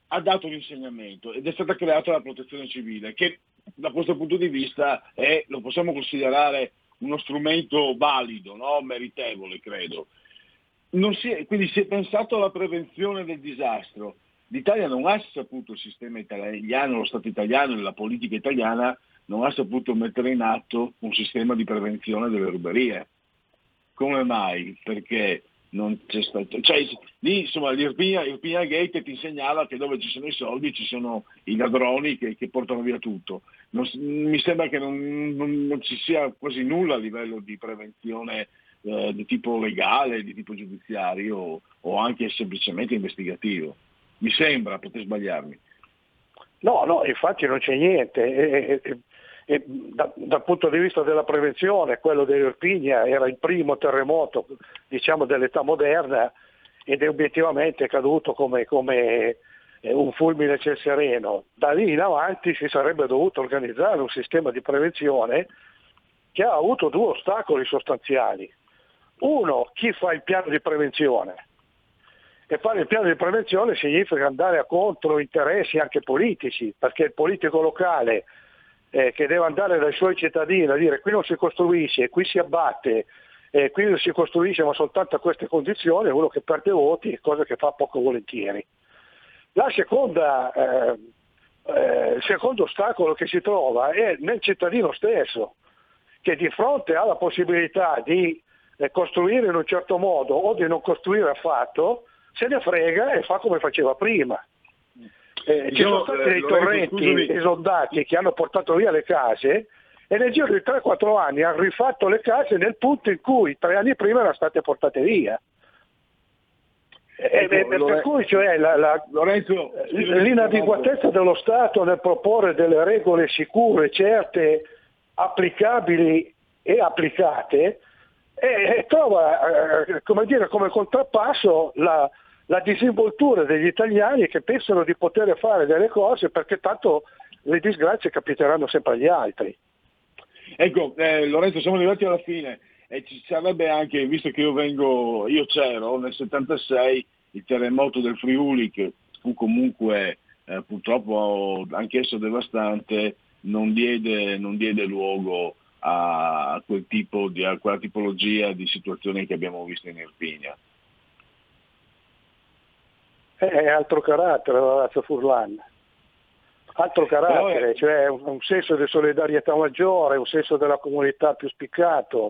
ha dato l'insegnamento ed è stata creata la protezione civile, che da questo punto di vista è, lo possiamo considerare uno strumento valido, no? Meritevole, credo. Non si è, quindi si è pensato alla prevenzione del disastro. L'Italia non ha saputo, il sistema italiano, lo Stato italiano e la politica italiana non ha saputo mettere in atto un sistema di prevenzione delle ruberie. Come mai? Perché non c'è stato, cioè lì insomma l'Irpina, Irpina Gate ti insegnava che dove ci sono i soldi ci sono i ladroni che, che portano via tutto. Non, mi sembra che non, non, non ci sia quasi nulla a livello di prevenzione eh, di tipo legale, di tipo giudiziario o anche semplicemente investigativo. Mi sembra, potrei sbagliarmi. No, no, infatti non c'è niente. E, e, e, da, dal punto di vista della prevenzione, quello dell'Irpinia era il primo terremoto, diciamo, dell'età moderna ed è obiettivamente caduto come, come un fulmine a ciel sereno. Da lì in avanti si sarebbe dovuto organizzare un sistema di prevenzione che ha avuto due ostacoli sostanziali. Uno, chi fa il piano di prevenzione? E fare il piano di prevenzione significa andare a contro interessi anche politici, perché il politico locale eh, che deve andare dai suoi cittadini a dire qui non si costruisce, qui si abbatte, eh, qui non si costruisce ma soltanto a queste condizioni, è uno che perde voti, cosa che fa poco volentieri. La seconda, eh, eh, il secondo ostacolo che si trova è nel cittadino stesso, che di fronte alla possibilità di eh, costruire in un certo modo o di non costruire affatto, se ne frega e fa come faceva prima. Eh, ci sono stati dei torrenti esondati che hanno portato via le case e nel giro di tre quattro anni hanno rifatto le case nel punto in cui tre anni prima erano state portate via. Ecco, eh, per cui cioè, la, la, Lorenzo, l'inadeguatezza dello Stato nel proporre delle regole sicure, certe, applicabili e applicate e, e trova eh, come dire, come contrappasso la la disinvoltura degli italiani che pensano di poter fare delle cose perché tanto le disgrazie capiteranno sempre agli altri. Ecco, eh, Lorenzo, siamo arrivati alla fine e ci sarebbe anche, visto che io vengo, io c'ero nel settantasei, il terremoto del Friuli che fu comunque eh, purtroppo anch'esso devastante, non diede, non diede luogo a quel tipo di, a quella tipologia di situazioni che abbiamo visto in Irpinia. È altro carattere la razza Furlan, altro carattere, è... cioè un, un senso di solidarietà maggiore, un senso della comunità più spiccato,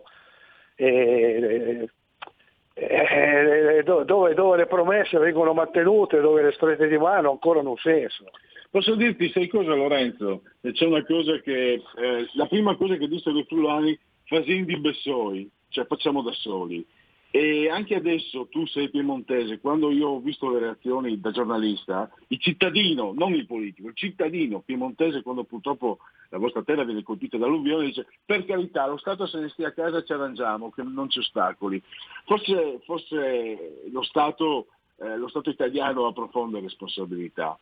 e, e, e, dove, dove le promesse vengono mantenute, dove le strette di mano ancora hanno un senso. Posso dirti, sai cosa Lorenzo? C'è una cosa che, eh, la prima cosa che dissero i Fulani, Fasindi Bessoi, cioè facciamo da soli. E anche adesso tu sei piemontese, quando io ho visto le reazioni da giornalista, il cittadino, non il politico, il cittadino piemontese quando purtroppo la vostra terra viene colpita dall'alluvione dice per carità lo Stato se ne stia a casa ci arrangiamo, che non c'è ostacoli. Forse, forse lo, Stato, eh, lo Stato italiano ha profonde responsabilità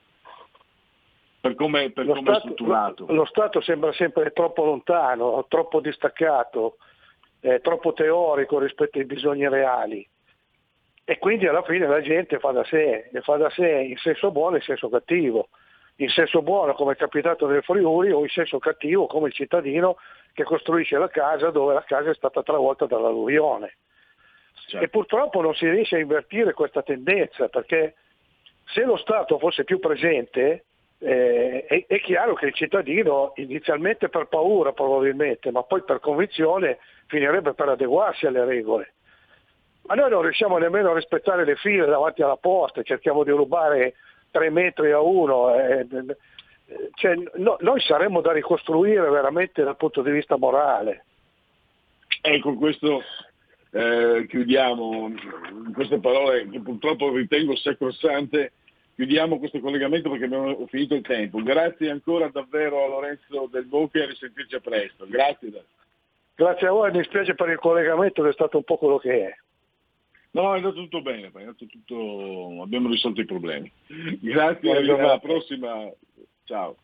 per come, per come Stato, è strutturato. Lo, lo Stato sembra sempre troppo lontano, troppo distaccato, Eh, troppo teorico rispetto ai bisogni reali e quindi alla fine la gente fa da sé, e fa da sé in senso buono e in senso cattivo, in senso buono come è capitato nel Friuli o in senso cattivo come il cittadino che costruisce la casa dove la casa è stata travolta dall'alluvione. Certo. E purtroppo non si riesce a invertire questa tendenza, perché se lo Stato fosse più presente Eh, è, è chiaro che il cittadino inizialmente per paura probabilmente, ma poi per convinzione finirebbe per adeguarsi alle regole. Ma noi non riusciamo nemmeno a rispettare le file davanti alla posta, cerchiamo di rubare tre metri a uno, eh, cioè, no, noi saremmo da ricostruire veramente dal punto di vista morale. E con questo eh, chiudiamo queste parole che purtroppo ritengo sacrosante. Chiudiamo questo collegamento perché abbiamo finito il tempo. Grazie ancora davvero a Lorenzo Del Bocca e a risentirci a presto. Grazie. Grazie a voi, mi spiace per il collegamento che è stato un po' quello che è. No, è andato tutto bene, è andato tutto... abbiamo risolto i problemi. Grazie, alla prossima. Ciao.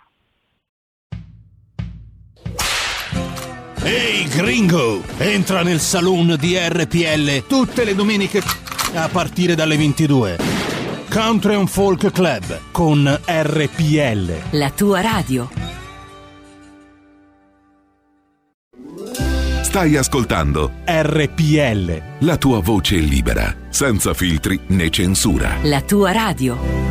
Ehi gringo, entra nel saloon di R P L tutte le domeniche a partire dalle ventidue. Country and Folk Club con R P L. La tua radio. Stai ascoltando R P L. La tua voce libera, senza filtri né censura. La tua radio.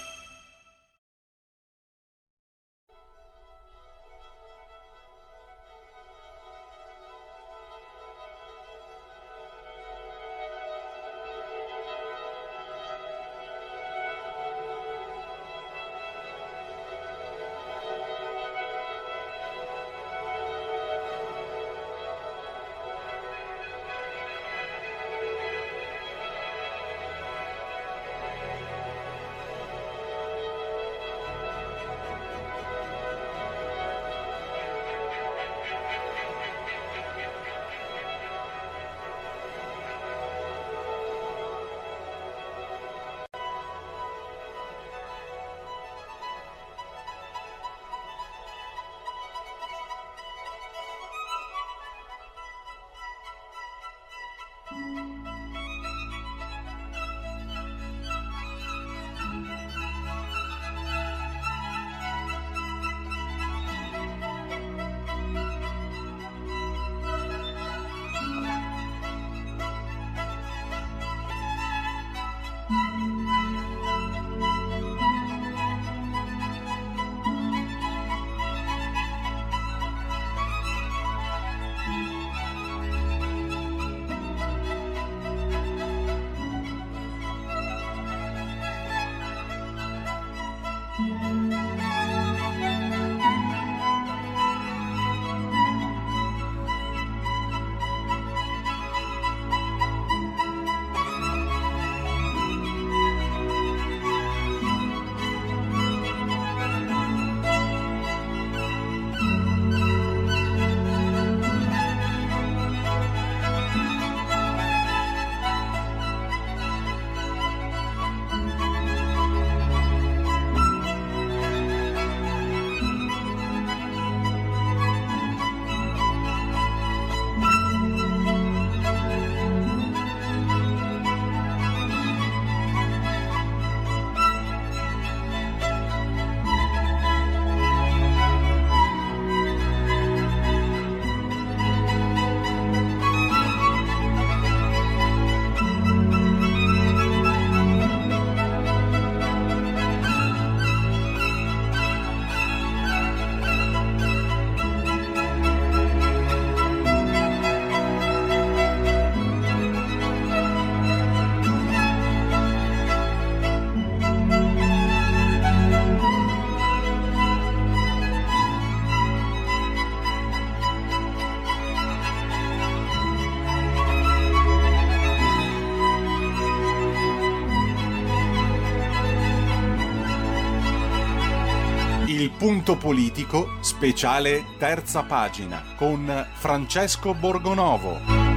Il punto politico, speciale terza pagina, con Francesco Borgonovo.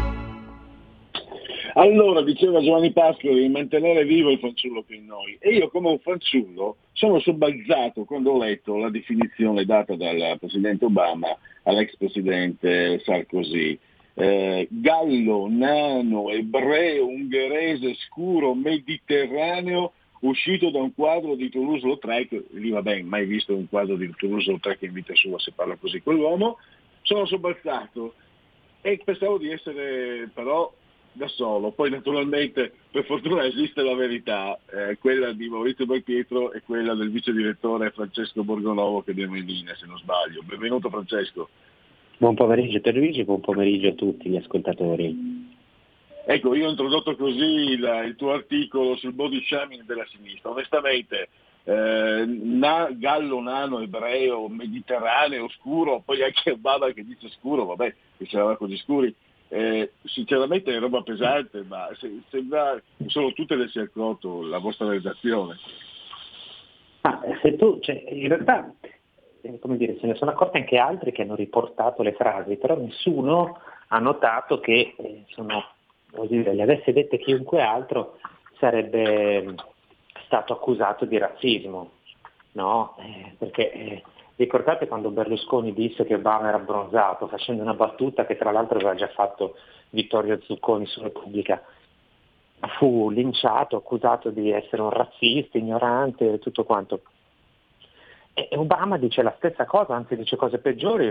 Allora, diceva Giovanni Pascoli, mantenere vivo il fanciullo che è in noi. E io come un fanciullo sono sobbalzato quando ho letto la definizione data dal presidente Obama all'ex presidente Sarkozy. Eh, gallo, nano, ebreo, ungherese, scuro, mediterraneo, uscito da un quadro di Toulouse-Lautrec, lì va bene, mai visto un quadro di Toulouse-Lautrec in vita sua se parla così quell'uomo, sono sobbalzato e pensavo di essere però da solo, poi naturalmente per fortuna esiste la verità, eh, quella di Maurizio Belpietro e quella del vice direttore Francesco Borgonovo che abbiamo in linea se non sbaglio. Benvenuto Francesco. Buon pomeriggio Pierluigi, buon pomeriggio a tutti gli ascoltatori. Ecco, io ho introdotto così il, il tuo articolo sul body shaming della sinistra. Onestamente, eh, na, gallo, nano, ebreo, mediterraneo, scuro, poi anche Obama che dice scuro, vabbè, che ce l'aveva così scuri. Eh, sinceramente è roba pesante, ma se, sembra solo tu te ne sei accorto, la vostra redazione. Ma se tu, cioè, in realtà, eh, come dire, se ne sono accorti anche altri che hanno riportato le frasi, però nessuno ha notato che eh, sono, così dire, le avesse dette chiunque altro sarebbe stato accusato di razzismo, no? Eh, perché eh, ricordate quando Berlusconi disse che Obama era abbronzato, facendo una battuta che tra l'altro aveva già fatto Vittorio Zucconi su Repubblica. fu linciato, accusato di essere un razzista, ignorante e tutto quanto. E Obama dice la stessa cosa, anzi dice cose peggiori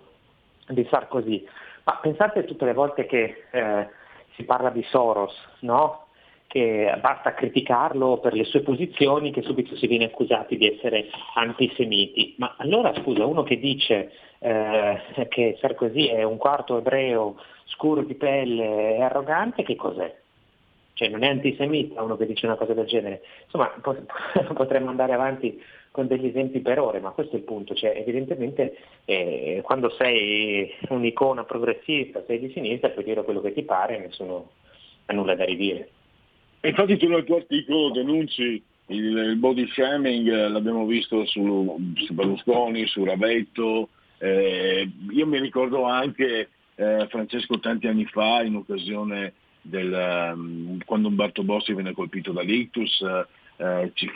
di Sarkozy. Ma pensate a tutte le volte che eh, si parla di Soros, no? Che basta criticarlo per le sue posizioni che subito si viene accusati di essere antisemiti. Ma allora scusa, uno che dice eh, che Sarkozy è un quarto ebreo, scuro di pelle e arrogante, che cos'è? Cioè non è antisemita uno che dice una cosa del genere? Insomma, potremmo andare avanti con degli esempi per ore, ma questo è il punto, cioè evidentemente eh, quando sei un'icona progressista, sei di sinistra, puoi dire quello che ti pare e nessuno ha nulla da ridire. E infatti tu nel tuo articolo denunci il, il body shaming, eh, l'abbiamo visto su, su Berlusconi, su Ravetto, eh, io mi ricordo anche eh, Francesco tanti anni fa in occasione del, um, quando Umberto Bossi venne colpito dall'ictus, eh, ci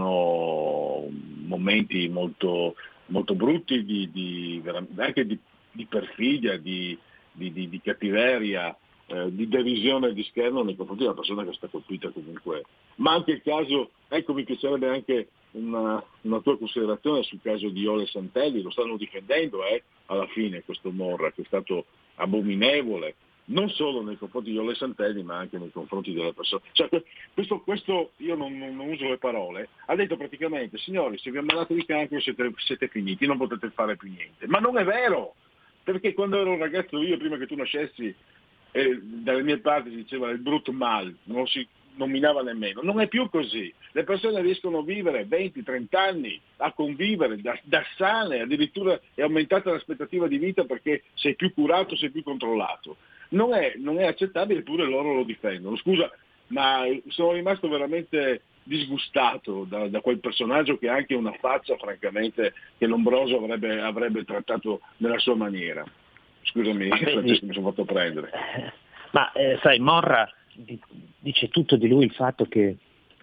furono momenti molto, molto brutti di, di, anche di, di perfidia, di, di, di, di cattiveria, eh, di derisione e di scherno nei confronti della persona che è stata colpita comunque. Ma anche il caso, ecco, mi piacerebbe anche una, una tua considerazione sul caso di Jole Santelli, lo stanno difendendo eh, alla fine questo Morra, che è stato abominevole, non solo nei confronti di Jole Santelli ma anche nei confronti delle persone. Cioè, questo, questo io non, non, non uso le parole, ha detto praticamente: signori, se vi ammalate di cancro siete, siete finiti, non potete fare più niente. Ma non è vero, perché quando ero un ragazzo io, prima che tu nascessi, eh, dalle mie parti si diceva il brut mal, non si nominava nemmeno. Non è più così, le persone riescono a vivere venti trenta anni, a convivere da, da sane, addirittura è aumentata l'aspettativa di vita perché sei più curato, sei più controllato. Non è, non è accettabile, eppure loro lo difendono. Scusa, ma sono rimasto veramente disgustato da, da quel personaggio che ha anche una faccia, francamente, che Lombroso avrebbe, avrebbe trattato nella sua maniera. Scusami, Francesco, mi sono fatto prendere. Ma eh, sai, Morra dice tutto di lui, il fatto che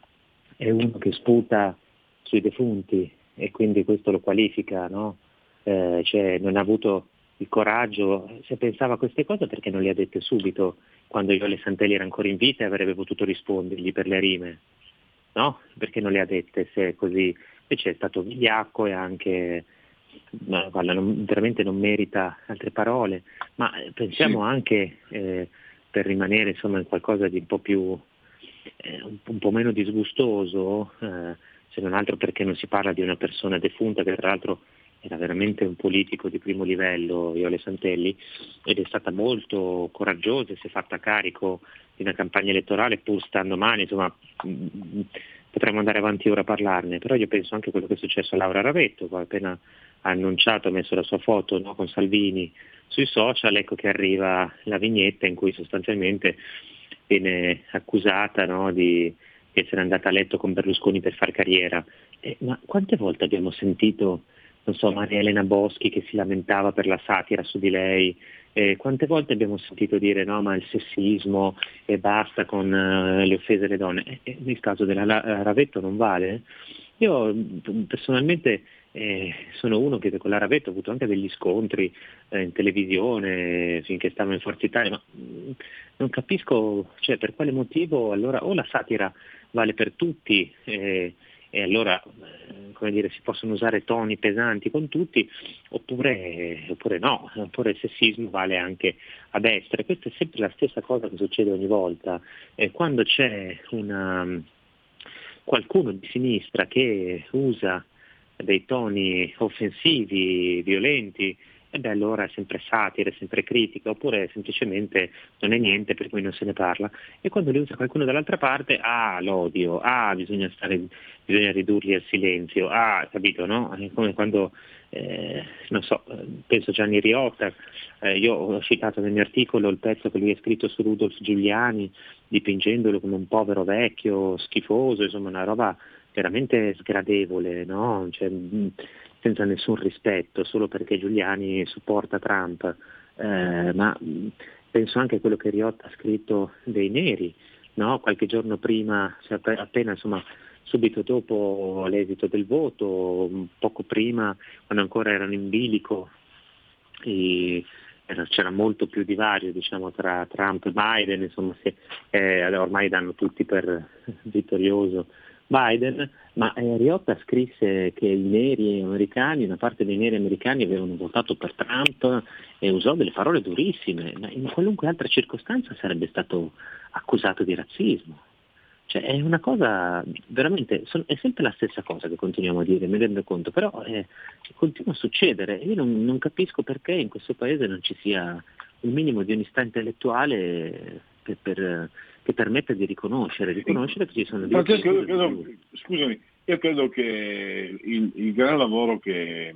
è uno che sputa sui defunti e quindi questo lo qualifica, no? Eh, cioè non ha avuto il coraggio, se pensava a queste cose perché non le ha dette subito, quando Jole Santelli era ancora in vita e avrebbe potuto rispondergli per le rime, no? Perché non le ha dette se è così? Invece è stato vigliacco e anche, no, guarda, non, veramente non merita altre parole, ma pensiamo sì. anche, eh, per rimanere insomma in qualcosa di un po' più, eh, un, un po' meno disgustoso, eh, se non altro perché non si parla di una persona defunta che tra l'altro era veramente un politico di primo livello, Jole Santelli, ed è stata molto coraggiosa, si è fatta carico di una campagna elettorale pur stando male, insomma potremmo andare avanti ora a parlarne, però io penso anche a quello che è successo a Laura Ravetto, poi appena ha annunciato, ha messo la sua foto, no, con Salvini sui social, ecco che arriva la vignetta in cui sostanzialmente viene accusata, no, di essere andata a letto con Berlusconi per far carriera. Eh, ma quante volte abbiamo sentito, non so, Maria Elena Boschi che si lamentava per la satira su di lei, eh, quante volte abbiamo sentito dire no ma il sessismo e basta con uh, le offese alle donne, eh, eh, nel caso della la, Ravetto non vale. Io personalmente eh, sono uno che con la Ravetto ha avuto anche degli scontri eh, in televisione finché stavo in Forza Italia, ma mh, non capisco, cioè, per quale motivo allora o la satira vale per tutti eh, e allora come dire, si possono usare toni pesanti con tutti, oppure, oppure no, oppure il sessismo vale anche a destra. Questa è sempre la stessa cosa che succede ogni volta. Eh, quando c'è una, qualcuno di sinistra che usa dei toni offensivi, violenti, e beh allora è sempre satira, è sempre critica, oppure semplicemente non è niente per cui non se ne parla. E quando li usa qualcuno dall'altra parte, ah l'odio, ah bisogna stare, bisogna ridurli al silenzio, ah capito, no? È come quando, eh, non so, penso Gianni Riotta, eh, io ho citato nel mio articolo il pezzo che lui ha scritto su Rudolf Giuliani, dipingendolo come un povero vecchio schifoso, insomma una roba veramente sgradevole, no? Cioè, senza nessun rispetto, solo perché Giuliani supporta Trump, eh, ma penso anche a quello che Riotta ha scritto dei neri, no? Qualche giorno prima, cioè appena insomma subito dopo l'esito del voto, poco prima, quando ancora erano in bilico i, c'era, c'era molto più divario, diciamo, tra Trump e Biden, insomma, si, eh, ormai danno tutti per vittorioso Biden, ma eh, Riotta scrisse che i neri americani, una parte dei neri americani avevano votato per Trump e usò delle parole durissime, ma in qualunque altra circostanza sarebbe stato accusato di razzismo. Cioè è una cosa veramente, son, è sempre la stessa cosa che continuiamo a dire, mi rendo conto, però eh, continua a succedere. Io non, non capisco perché in questo paese non ci sia un minimo di onestà intellettuale per, per, che permetta di riconoscere, riconoscere che ci sono dei... Francesco, io credo, scusami, io credo che il, il gran lavoro che,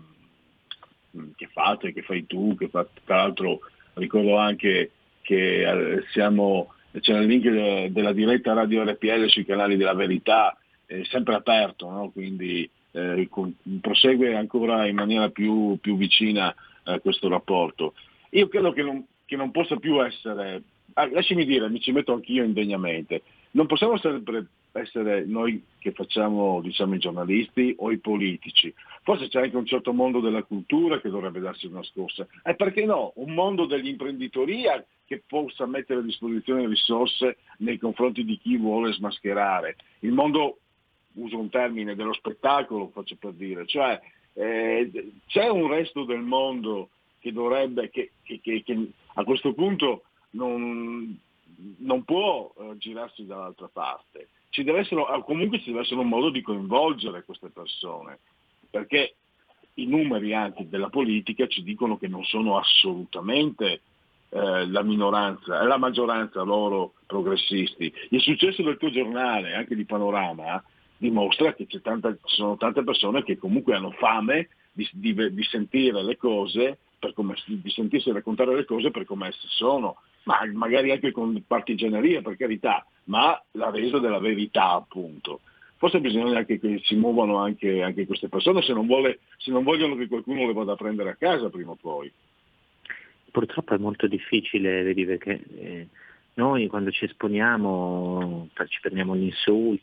che fate, che fai tu, che fa, tra l'altro ricordo anche che eh, siamo... c'è il link de, della diretta Radio R P L sui canali della Verità, è sempre aperto, no? Quindi eh, con, prosegue ancora in maniera più, più vicina eh, questo rapporto. Io credo che non, che non possa più essere, ah, lasciami dire, mi ci metto anch'io indegnamente, non possiamo sempre essere noi che facciamo, diciamo, i giornalisti o i politici. Forse c'è anche un certo mondo della cultura che dovrebbe darsi una scossa. E perché no? Un mondo dell'imprenditoria che possa mettere a disposizione risorse nei confronti di chi vuole smascherare. Il mondo, uso un termine, dello spettacolo, faccio per dire, cioè eh, c'è un resto del mondo che dovrebbe, che, che, che, che a questo punto non, non può eh, girarsi dall'altra parte. Ci deve essere, comunque ci deve essere un modo di coinvolgere queste persone, perché i numeri anche della politica ci dicono che non sono assolutamente eh, la minoranza, è la maggioranza loro progressisti. Il successo del tuo giornale, anche di Panorama, dimostra che c'è tanta, ci sono tante persone che comunque hanno fame di, di, di sentire le cose, per come, di sentirsi raccontare le cose per come esse sono, ma magari anche con partigianeria, per carità, ma la resa della verità, appunto. Forse bisogna anche che si muovano anche, anche queste persone, se non, vuole, se non vogliono che qualcuno le vada a prendere a casa prima o poi. Purtroppo è molto difficile, vedi, perché eh, noi quando ci esponiamo ci prendiamo gli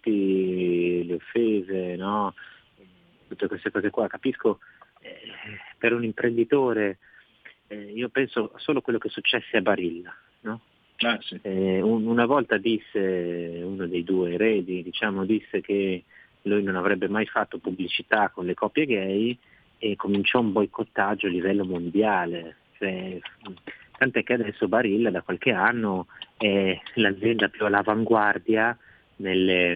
insulti, le offese, no? Tutte queste cose qua. Capisco, eh, per un imprenditore, eh, io penso solo a quello che successe a Barilla, no? Ah, sì. eh, un, una volta disse uno dei due eredi, diciamo, disse che lui non avrebbe mai fatto pubblicità con le coppie gay e cominciò un boicottaggio a livello mondiale. Cioè, tant'è che adesso Barilla da qualche anno è l'azienda più all'avanguardia nelle,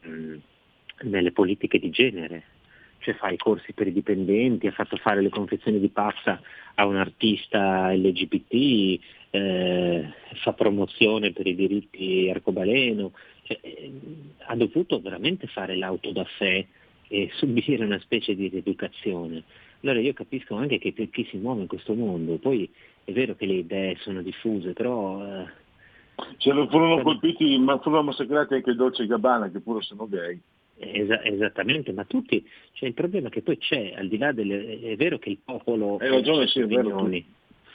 nelle politiche di genere. Cioè fa i corsi per i dipendenti, ha fatto fare le confezioni di pasta a un artista L G B T, eh, fa promozione per i diritti arcobaleno, cioè, eh, ha dovuto veramente fare l'auto da sé e subire una specie di rieducazione. Allora io capisco anche che per chi si muove in questo mondo, poi è vero che le idee sono diffuse, però... Eh, cioè, furono colpiti, ma furono massacrati anche Dolce e Gabbana, che pure sono gay. Es- esattamente, ma tutti, cioè il problema è che poi c'è, al di là delle, è vero che il popolo hai ragione, sì, è vero, opinioni,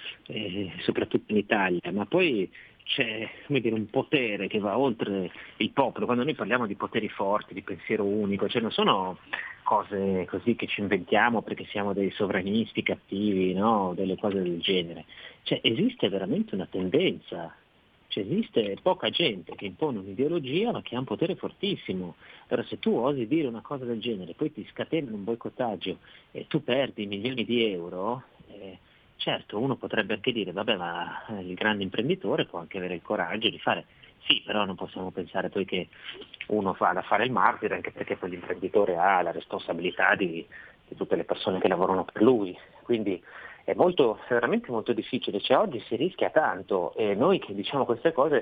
eh, soprattutto in Italia, ma poi c'è, come dire, un potere che va oltre il popolo. Quando noi parliamo di poteri forti, di pensiero unico, cioè non sono cose così che ci inventiamo perché siamo dei sovranisti cattivi, no? Delle cose del genere. Cioè esiste veramente una tendenza. Cioè, esiste poca gente che impone un'ideologia ma che ha un potere fortissimo. Però se tu osi dire una cosa del genere, poi ti scatenano un boicottaggio e tu perdi milioni di euro, eh, certo uno potrebbe anche dire vabbè, ma il grande imprenditore può anche avere il coraggio di fare, sì, però non possiamo pensare poi che uno fa da fare il martire, anche perché poi l'imprenditore ha la responsabilità di, di tutte le persone che lavorano per lui. Quindi è molto, è veramente molto difficile, cioè oggi si rischia tanto e noi che diciamo queste cose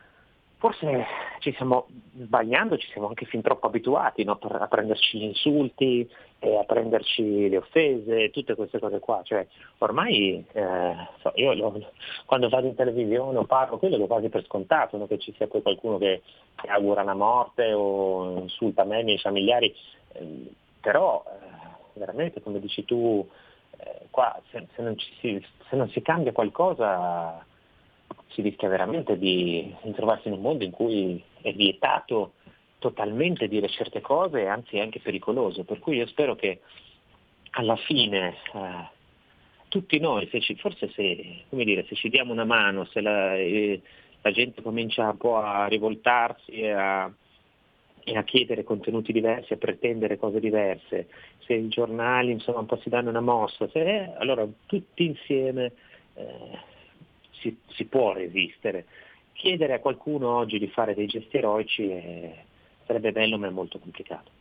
forse ci stiamo sbagliando, ci siamo anche fin troppo abituati, no? a prenderci gli insulti, e a prenderci le offese, tutte queste cose qua, cioè ormai eh, so, io lo, quando vado in televisione o parlo, quello lo quasi per scontato, no? Che ci sia poi qualcuno che, che augura una morte o insulta me e i miei familiari, eh, però eh, veramente come dici tu, Eh, qua se, se, non ci si, se non si cambia qualcosa si rischia veramente di, di trovarsi in un mondo in cui è vietato totalmente dire certe cose, anzi è anche pericoloso, per cui io spero che alla fine eh, tutti noi, se ci, forse se, come dire, se ci diamo una mano, se la, eh, la gente comincia un po' a rivoltarsi e a, e a chiedere contenuti diversi, a pretendere cose diverse, se i giornali insomma un po' si danno una mossa, se, allora tutti insieme eh, si, si può resistere. Chiedere a qualcuno oggi di fare dei gesti eroici è, sarebbe bello ma è molto complicato.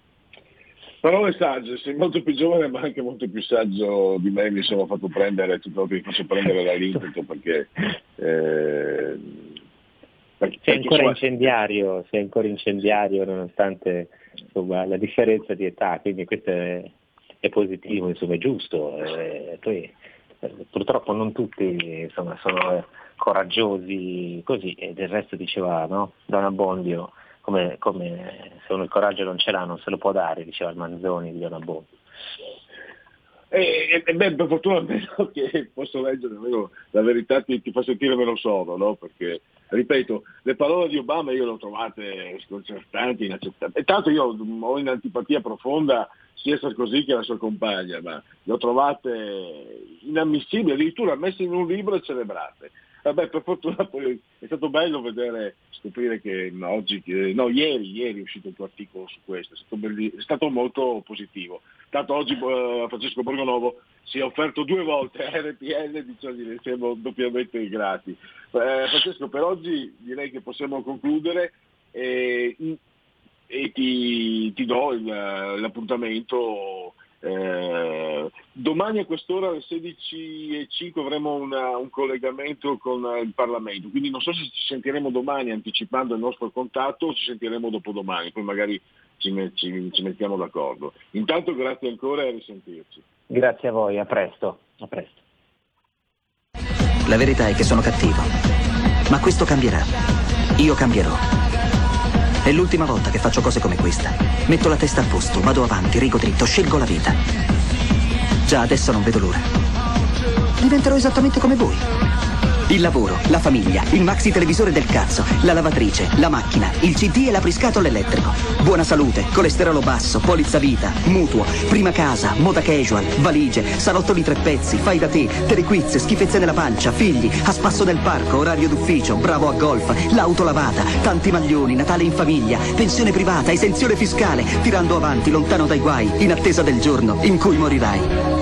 Parole sagge, sei molto più giovane ma anche molto più saggio di me, mi sono fatto prendere, tutto mi faccio prendere dall'impeto perché, eh, perché sei ancora insomma, incendiario, sei ancora incendiario nonostante insomma, la differenza di età, quindi questo è, è positivo, insomma è giusto. Eh, poi, eh, purtroppo non tutti insomma, sono coraggiosi così, e del resto diceva no? Don Abbondio, Come, come se uno il coraggio non ce l'ha non se lo può dare, diceva il Manzoni di Don Abbondio. E, e beh, per fortuna almeno che posso leggere, almeno la verità ti, ti fa sentire meno solo, no? Perché, ripeto, le parole di Obama io le ho trovate sconcertanti, inaccettabili. E tanto io ho un'antipatia profonda sia Sarkozy che la sua compagna, ma le ho trovate inammissibili, addirittura messe in un libro e celebrate. Vabbè, per fortuna poi è stato bello vedere, scoprire che no, oggi, no, ieri, ieri è uscito il tuo articolo su questo, è stato, belli, è stato molto positivo. Tanto oggi uh, Francesco Borgonovo si è offerto due volte a R P L, diciamo, gli siamo doppiamente grati. Eh, Francesco, per oggi direi che possiamo concludere e, e ti, ti do il, l'appuntamento. Eh, domani a quest'ora alle sedici e cinque avremo una, un collegamento con il Parlamento, quindi non so se ci sentiremo domani anticipando il nostro contatto o ci sentiremo dopodomani, poi magari ci, ci, ci mettiamo d'accordo. Intanto grazie ancora e a risentirci. Grazie a voi, a presto, a presto. La verità è che sono cattivo, ma questo cambierà. Io cambierò. È l'ultima volta che faccio cose come questa. Metto la testa a posto, vado avanti, rigo dritto, scelgo la vita. Già adesso non vedo l'ora. Diventerò esattamente come voi. Il lavoro, la famiglia, il maxi televisore del cazzo, la lavatrice, la macchina, il C D e l'apriscatole elettrico. Buona salute, colesterolo basso, polizza vita, mutuo, prima casa, moda casual, valigie, salottoli tre pezzi, fai da te, telequiz, schifezze nella pancia, figli, a spasso nel parco, orario d'ufficio, bravo a golf, l'auto lavata, tanti maglioni, Natale in famiglia, pensione privata, esenzione fiscale, tirando avanti, lontano dai guai, in attesa del giorno in cui morirai.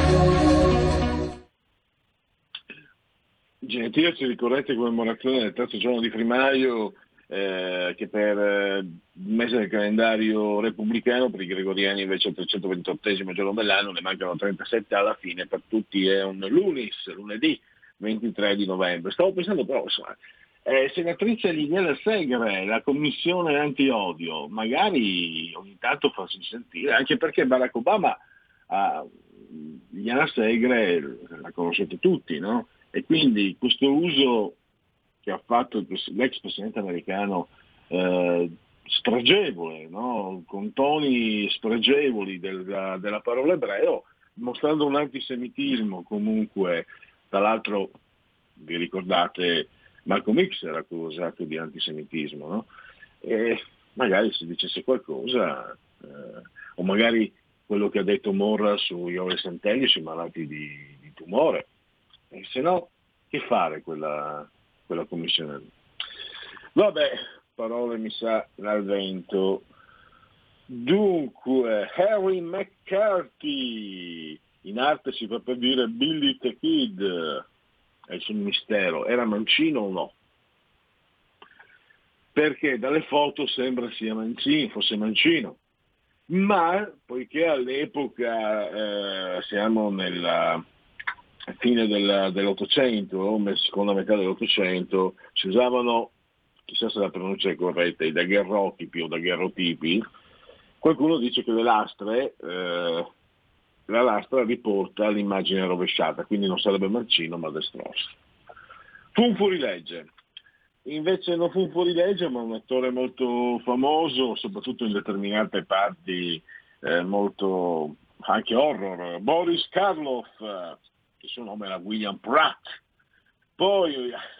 Genetriaci ricorrente commemorazione del terzo giorno di primario, eh, che per eh, il mese del calendario repubblicano, per i gregoriani invece il trecentoventotesimo giorno dell'anno, ne mancano trentasette alla fine, per tutti è un lunis, lunedì ventitré di novembre. Stavo pensando però, insomma, eh, senatrice Liliana Segre, la commissione anti-odio, magari ogni tanto farsi sentire, anche perché Barack Obama, ah, Liliana Segre la conoscete tutti, no? E quindi questo uso che ha fatto l'ex presidente americano eh, spregevole, no? Con toni spregevoli della, della parola ebreo, mostrando un antisemitismo comunque, tra l'altro vi ricordate Malcolm X era accusato di antisemitismo, no? E magari si dicesse qualcosa, eh, o magari quello che ha detto Morra su Iole Santelli, sui malati di, di tumore. E se no, che fare quella, quella commissione? Vabbè, parole mi sa dal vento. Dunque, Harry McCarthy, in arte si fa per dire Billy the Kid, è sul mistero, era mancino o no? Perché dalle foto sembra sia mancino, fosse mancino, ma poiché all'epoca eh, siamo nella fine del, dell'Ottocento, seconda metà dell'Ottocento, si usavano, chissà se la pronuncia è corretta, i daguerrotipi o daguerrotipi. Qualcuno dice che le lastre, eh, la lastra riporta l'immagine rovesciata, quindi non sarebbe mancino ma destrorso. Fu un fuorilegge. Invece non fu un fuorilegge, ma un attore molto famoso, soprattutto in determinate parti eh, molto anche horror, Boris Karloff, il suo nome era William Pratt. Poi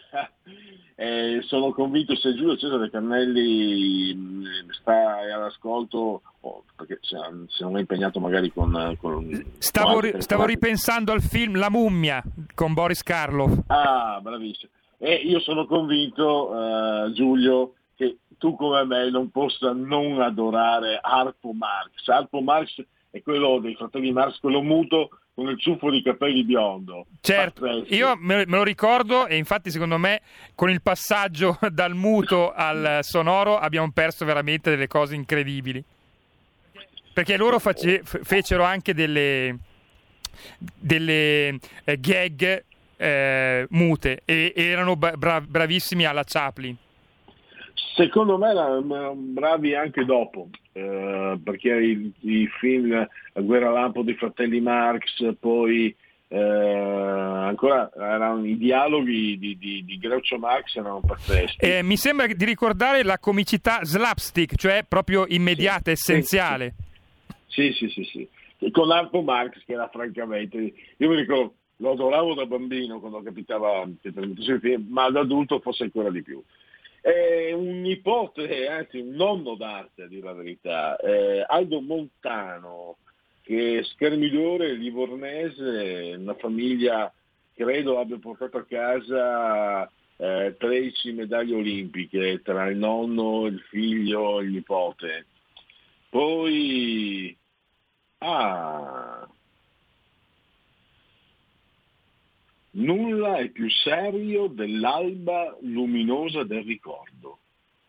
eh, sono convinto se Giulio Cesare Carnelli mh, sta all'ascolto, oh, perché se, se non è impegnato magari con... con stavo, con ri- stavo ripensando al film La mummia con Boris Karloff. Ah, bravissimo. E io sono convinto, uh, Giulio, che tu come me non possa non adorare Harpo Marx. Harpo Marx è quello dei fratelli Marx, quello muto con il ciuffo di capelli biondo. Certo, Pazzesco. io me me lo ricordo e infatti secondo me con il passaggio dal muto al sonoro abbiamo perso veramente delle cose incredibili. Perché loro face- fecero anche delle, delle eh, gag eh, mute e erano bra- bravissimi alla Chaplin. Secondo me erano bravi anche dopo, eh, perché i, i film La guerra lampo dei fratelli Marx, poi eh, ancora erano i dialoghi di, di, di Groucho Marx erano pazzeschi. Eh, mi sembra di ricordare la comicità slapstick, cioè proprio immediata, sì, essenziale. Sì, sì, sì, sì. E con Harpo Marx, che era francamente, io mi ricordo, lo adoravo da bambino quando capitava che trasmettesse il film, ma da adulto forse ancora di più. È un nipote, anzi un nonno d'arte a dire la verità, eh, Aldo Montano, che è schermidore livornese, una famiglia credo abbia portato a casa eh, tredici medaglie olimpiche tra il nonno, il figlio e il nipote. Poi ah, nulla è più serio dell'alba luminosa del ricordo.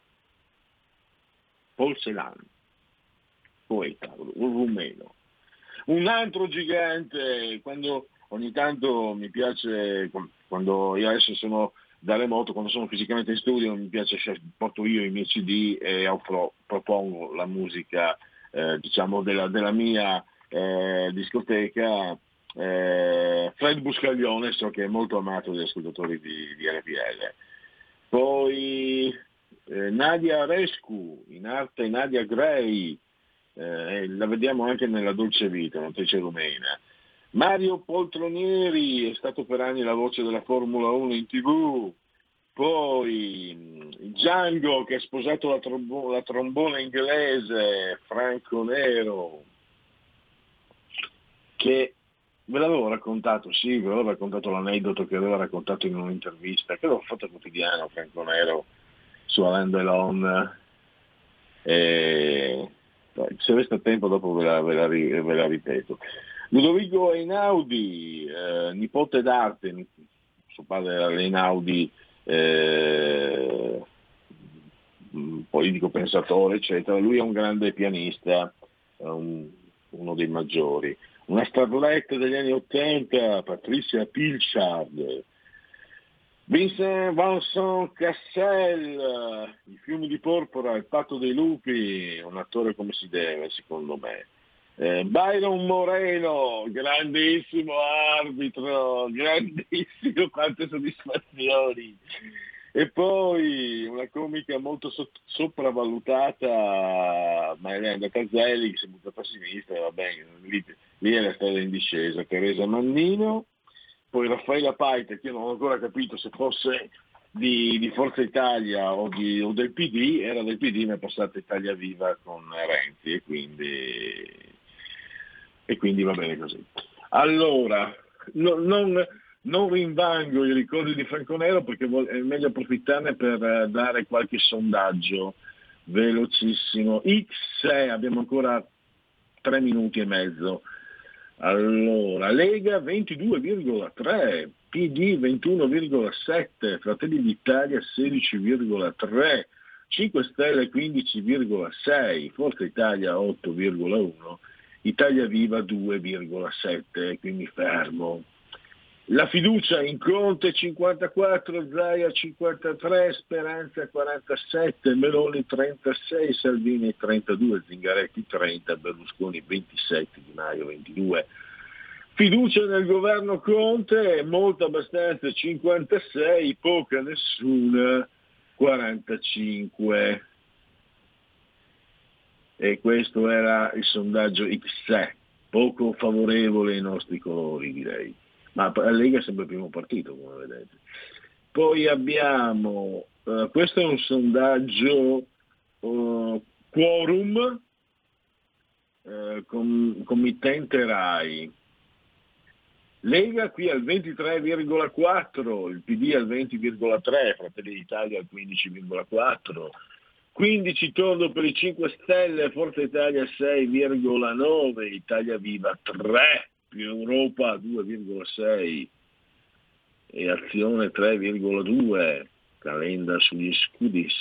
Paul Celan, poeta, un rumeno. Un altro gigante, quando ogni tanto mi piace, quando io adesso sono da remoto, quando sono fisicamente in studio, mi piace, porto io i miei C D e offro, propongo la musica eh, diciamo della, della mia eh, discoteca. Eh, Fred Buscaglione, so che è molto amato dagli ascoltatori di, di R P L. Poi eh, Nadia Rescu, in arte Nadia Gray, eh, la vediamo anche nella Dolce Vita, un'attrice rumena. Mario Poltronieri è stato per anni la voce della Formula uno in tivù. Poi Django, che ha sposato la, trombo- la trombona inglese, Franco Nero, che ve l'avevo raccontato, sì, ve l'avevo raccontato l'aneddoto che aveva raccontato in un'intervista, che avevo fatto quotidiano, Franco Nero, su Alain Delon. E se aveste tempo dopo ve la, ve la, ve la ripeto. Ludovico Einaudi, eh, nipote d'arte, suo padre era Einaudi, eh, politico pensatore, eccetera. Lui è un grande pianista, un, uno dei maggiori. Una starletta degli anni Ottanta, Patricia Pilchard. Vincent Vincent Cassel, I fiumi di porpora, Il patto dei lupi, un attore come si deve, secondo me. Eh, Byron Moreno, grandissimo arbitro, grandissimo, quante soddisfazioni. E poi una comica molto so- sopravvalutata, Marianne Caselli, che si è buttata a sinistra, va bene, lì, lì è la strada in discesa, Teresa Mannino. Poi Raffaella Paita, che io non ho ancora capito se fosse di, di Forza Italia o, di, o del P D, era del P D ma è passata Italia Viva con Renzi e quindi, e quindi va bene così. Allora, no, non, non rinvango i ricordi di Franco Nero perché è meglio approfittarne per dare qualche sondaggio velocissimo. X, eh, abbiamo ancora tre minuti e mezzo. Allora, Lega ventidue virgola tre, P D ventuno virgola sette, Fratelli d'Italia sedici virgola tre, cinque Stelle quindici virgola sei, Forza Italia otto virgola uno, Italia Viva due virgola sette, quindi fermo. La fiducia in Conte cinquantaquattro, Zaia cinquantatré, Speranza quarantasette, Meloni trentasei, Salvini trentadue, Zingaretti trenta, Berlusconi ventisette, Di Maio ventidue. Fiducia nel governo Conte, molto abbastanza cinquantasei, poca nessuna quarantacinque. E questo era il sondaggio X, poco favorevole ai nostri colori direi. Ma la Lega è sempre il primo partito, come vedete. Poi abbiamo, uh, questo è un sondaggio uh, Quorum, uh, com- committente Rai. Lega qui al ventitré virgola quattro, il P D al venti virgola tre, Fratelli d'Italia al quindici virgola quattro, quindici torno per i cinque Stelle, Forza Italia sei virgola nove, Italia Viva tre, più Europa due virgola sei e Azione tre virgola due, Calenda sugli Scudis.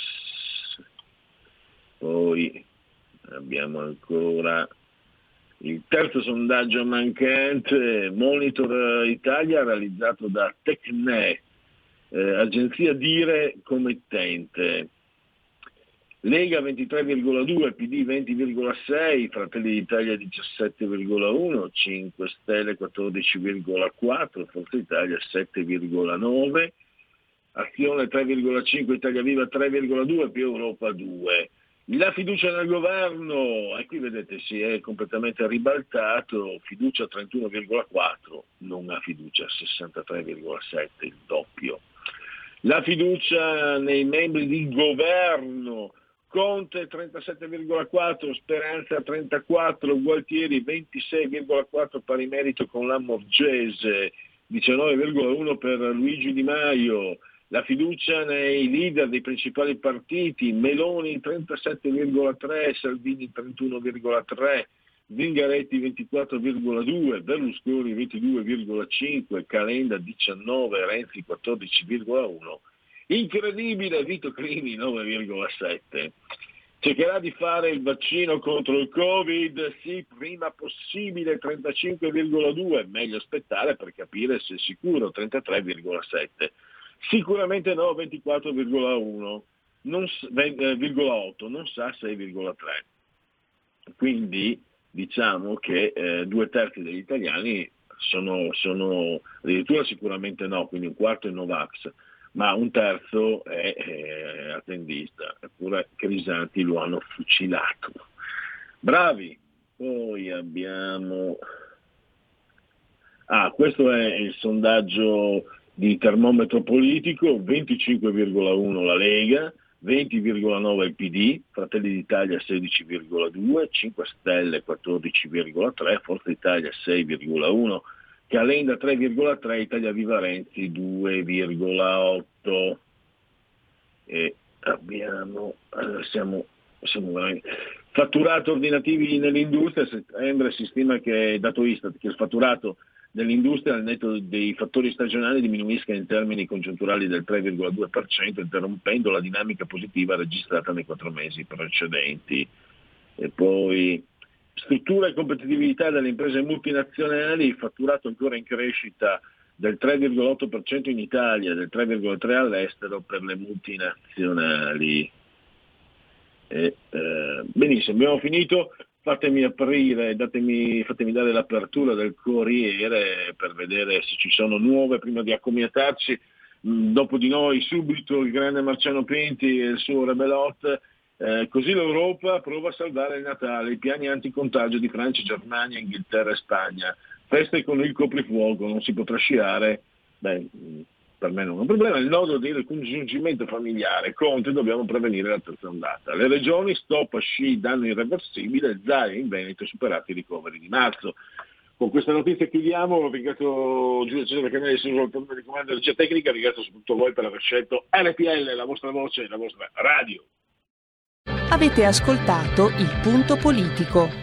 Poi abbiamo ancora il terzo sondaggio mancante, Monitor Italia, realizzato da Tecne, eh, agenzia Dire committente. Lega ventitré virgola due, P D venti virgola sei, Fratelli d'Italia diciassette virgola uno, cinque Stelle quattordici virgola quattro, Forza Italia sette virgola nove, Azione tre virgola cinque, Italia Viva tre virgola due, più Europa due. La fiducia nel governo, e qui vedete si è completamente ribaltato, fiducia trentuno virgola quattro, non ha fiducia sessantatré virgola sette, il doppio. La fiducia nei membri di governo, Conte trentasette virgola quattro, Speranza trentaquattro, Gualtieri ventisei virgola quattro, pari merito con Lamorgese, diciannove virgola uno per Luigi Di Maio. La fiducia nei leader dei principali partiti, Meloni trentasette virgola tre, Salvini trentuno virgola tre, Zingaretti ventiquattro virgola due, Berlusconi ventidue virgola cinque, Calenda diciannove, Renzi quattordici virgola uno. Incredibile, Vito Crimi nove virgola sette. Cercherà di fare il vaccino contro il Covid? Sì, prima possibile, trentacinque virgola due, meglio aspettare per capire se è sicuro, trentatré virgola sette. Sicuramente no, ventiquattro virgola uno, non, eh, virgola otto, non sa sei virgola tre. Quindi diciamo che eh, due terzi degli italiani sono, sono addirittura sicuramente no, quindi un quarto è Novax, ma un terzo è, è attendista, eppure Crisanti lo hanno fucilato. Bravi! Poi abbiamo... Ah, questo è il sondaggio di termometro politico, venticinque virgola uno la Lega, venti virgola nove il P D, Fratelli d'Italia sedici virgola due, cinque Stelle quattordici virgola tre, Forza Italia sei virgola uno, Calenda tre virgola tre, Italia Viva Renzi due virgola otto. E abbiamo, allora siamo, siamo veramente... Fatturato ordinativi nell'industria, a settembre si stima che, dato Istat, che il fatturato dell'industria al netto dei fattori stagionali diminuisca in termini congiunturali del tre virgola due per cento, interrompendo la dinamica positiva registrata nei quattro mesi precedenti. E poi struttura e competitività delle imprese multinazionali, fatturato ancora in crescita del tre virgola otto per cento in Italia, del tre virgola tre per cento all'estero per le multinazionali. E, eh, benissimo, abbiamo finito. Fatemi aprire, datemi, fatemi dare l'apertura del Corriere per vedere se ci sono nuove prima di accomiatarci. Dopo di noi subito il grande Marciano Pinti e il suo Rebelot. Eh, così l'Europa prova a salvare il Natale, i piani anticontagio di Francia, Germania, Inghilterra e Spagna. Feste con il coprifuoco, non si potrà sciare. Beh, per me non è un problema. Il nodo del congiungimento familiare, Conte, dobbiamo prevenire la terza ondata. Le regioni, stop a sci, danno irreversibile, Zaia in Veneto superati i ricoveri di marzo. Con questa notizia chiudiamo, ringrazio Giulio Cesare Canelli, sono il di comando della regia tecnica, ringrazio soprattutto voi per aver scelto R P L, la vostra voce e la vostra radio. Avete ascoltato Il Punto Politico.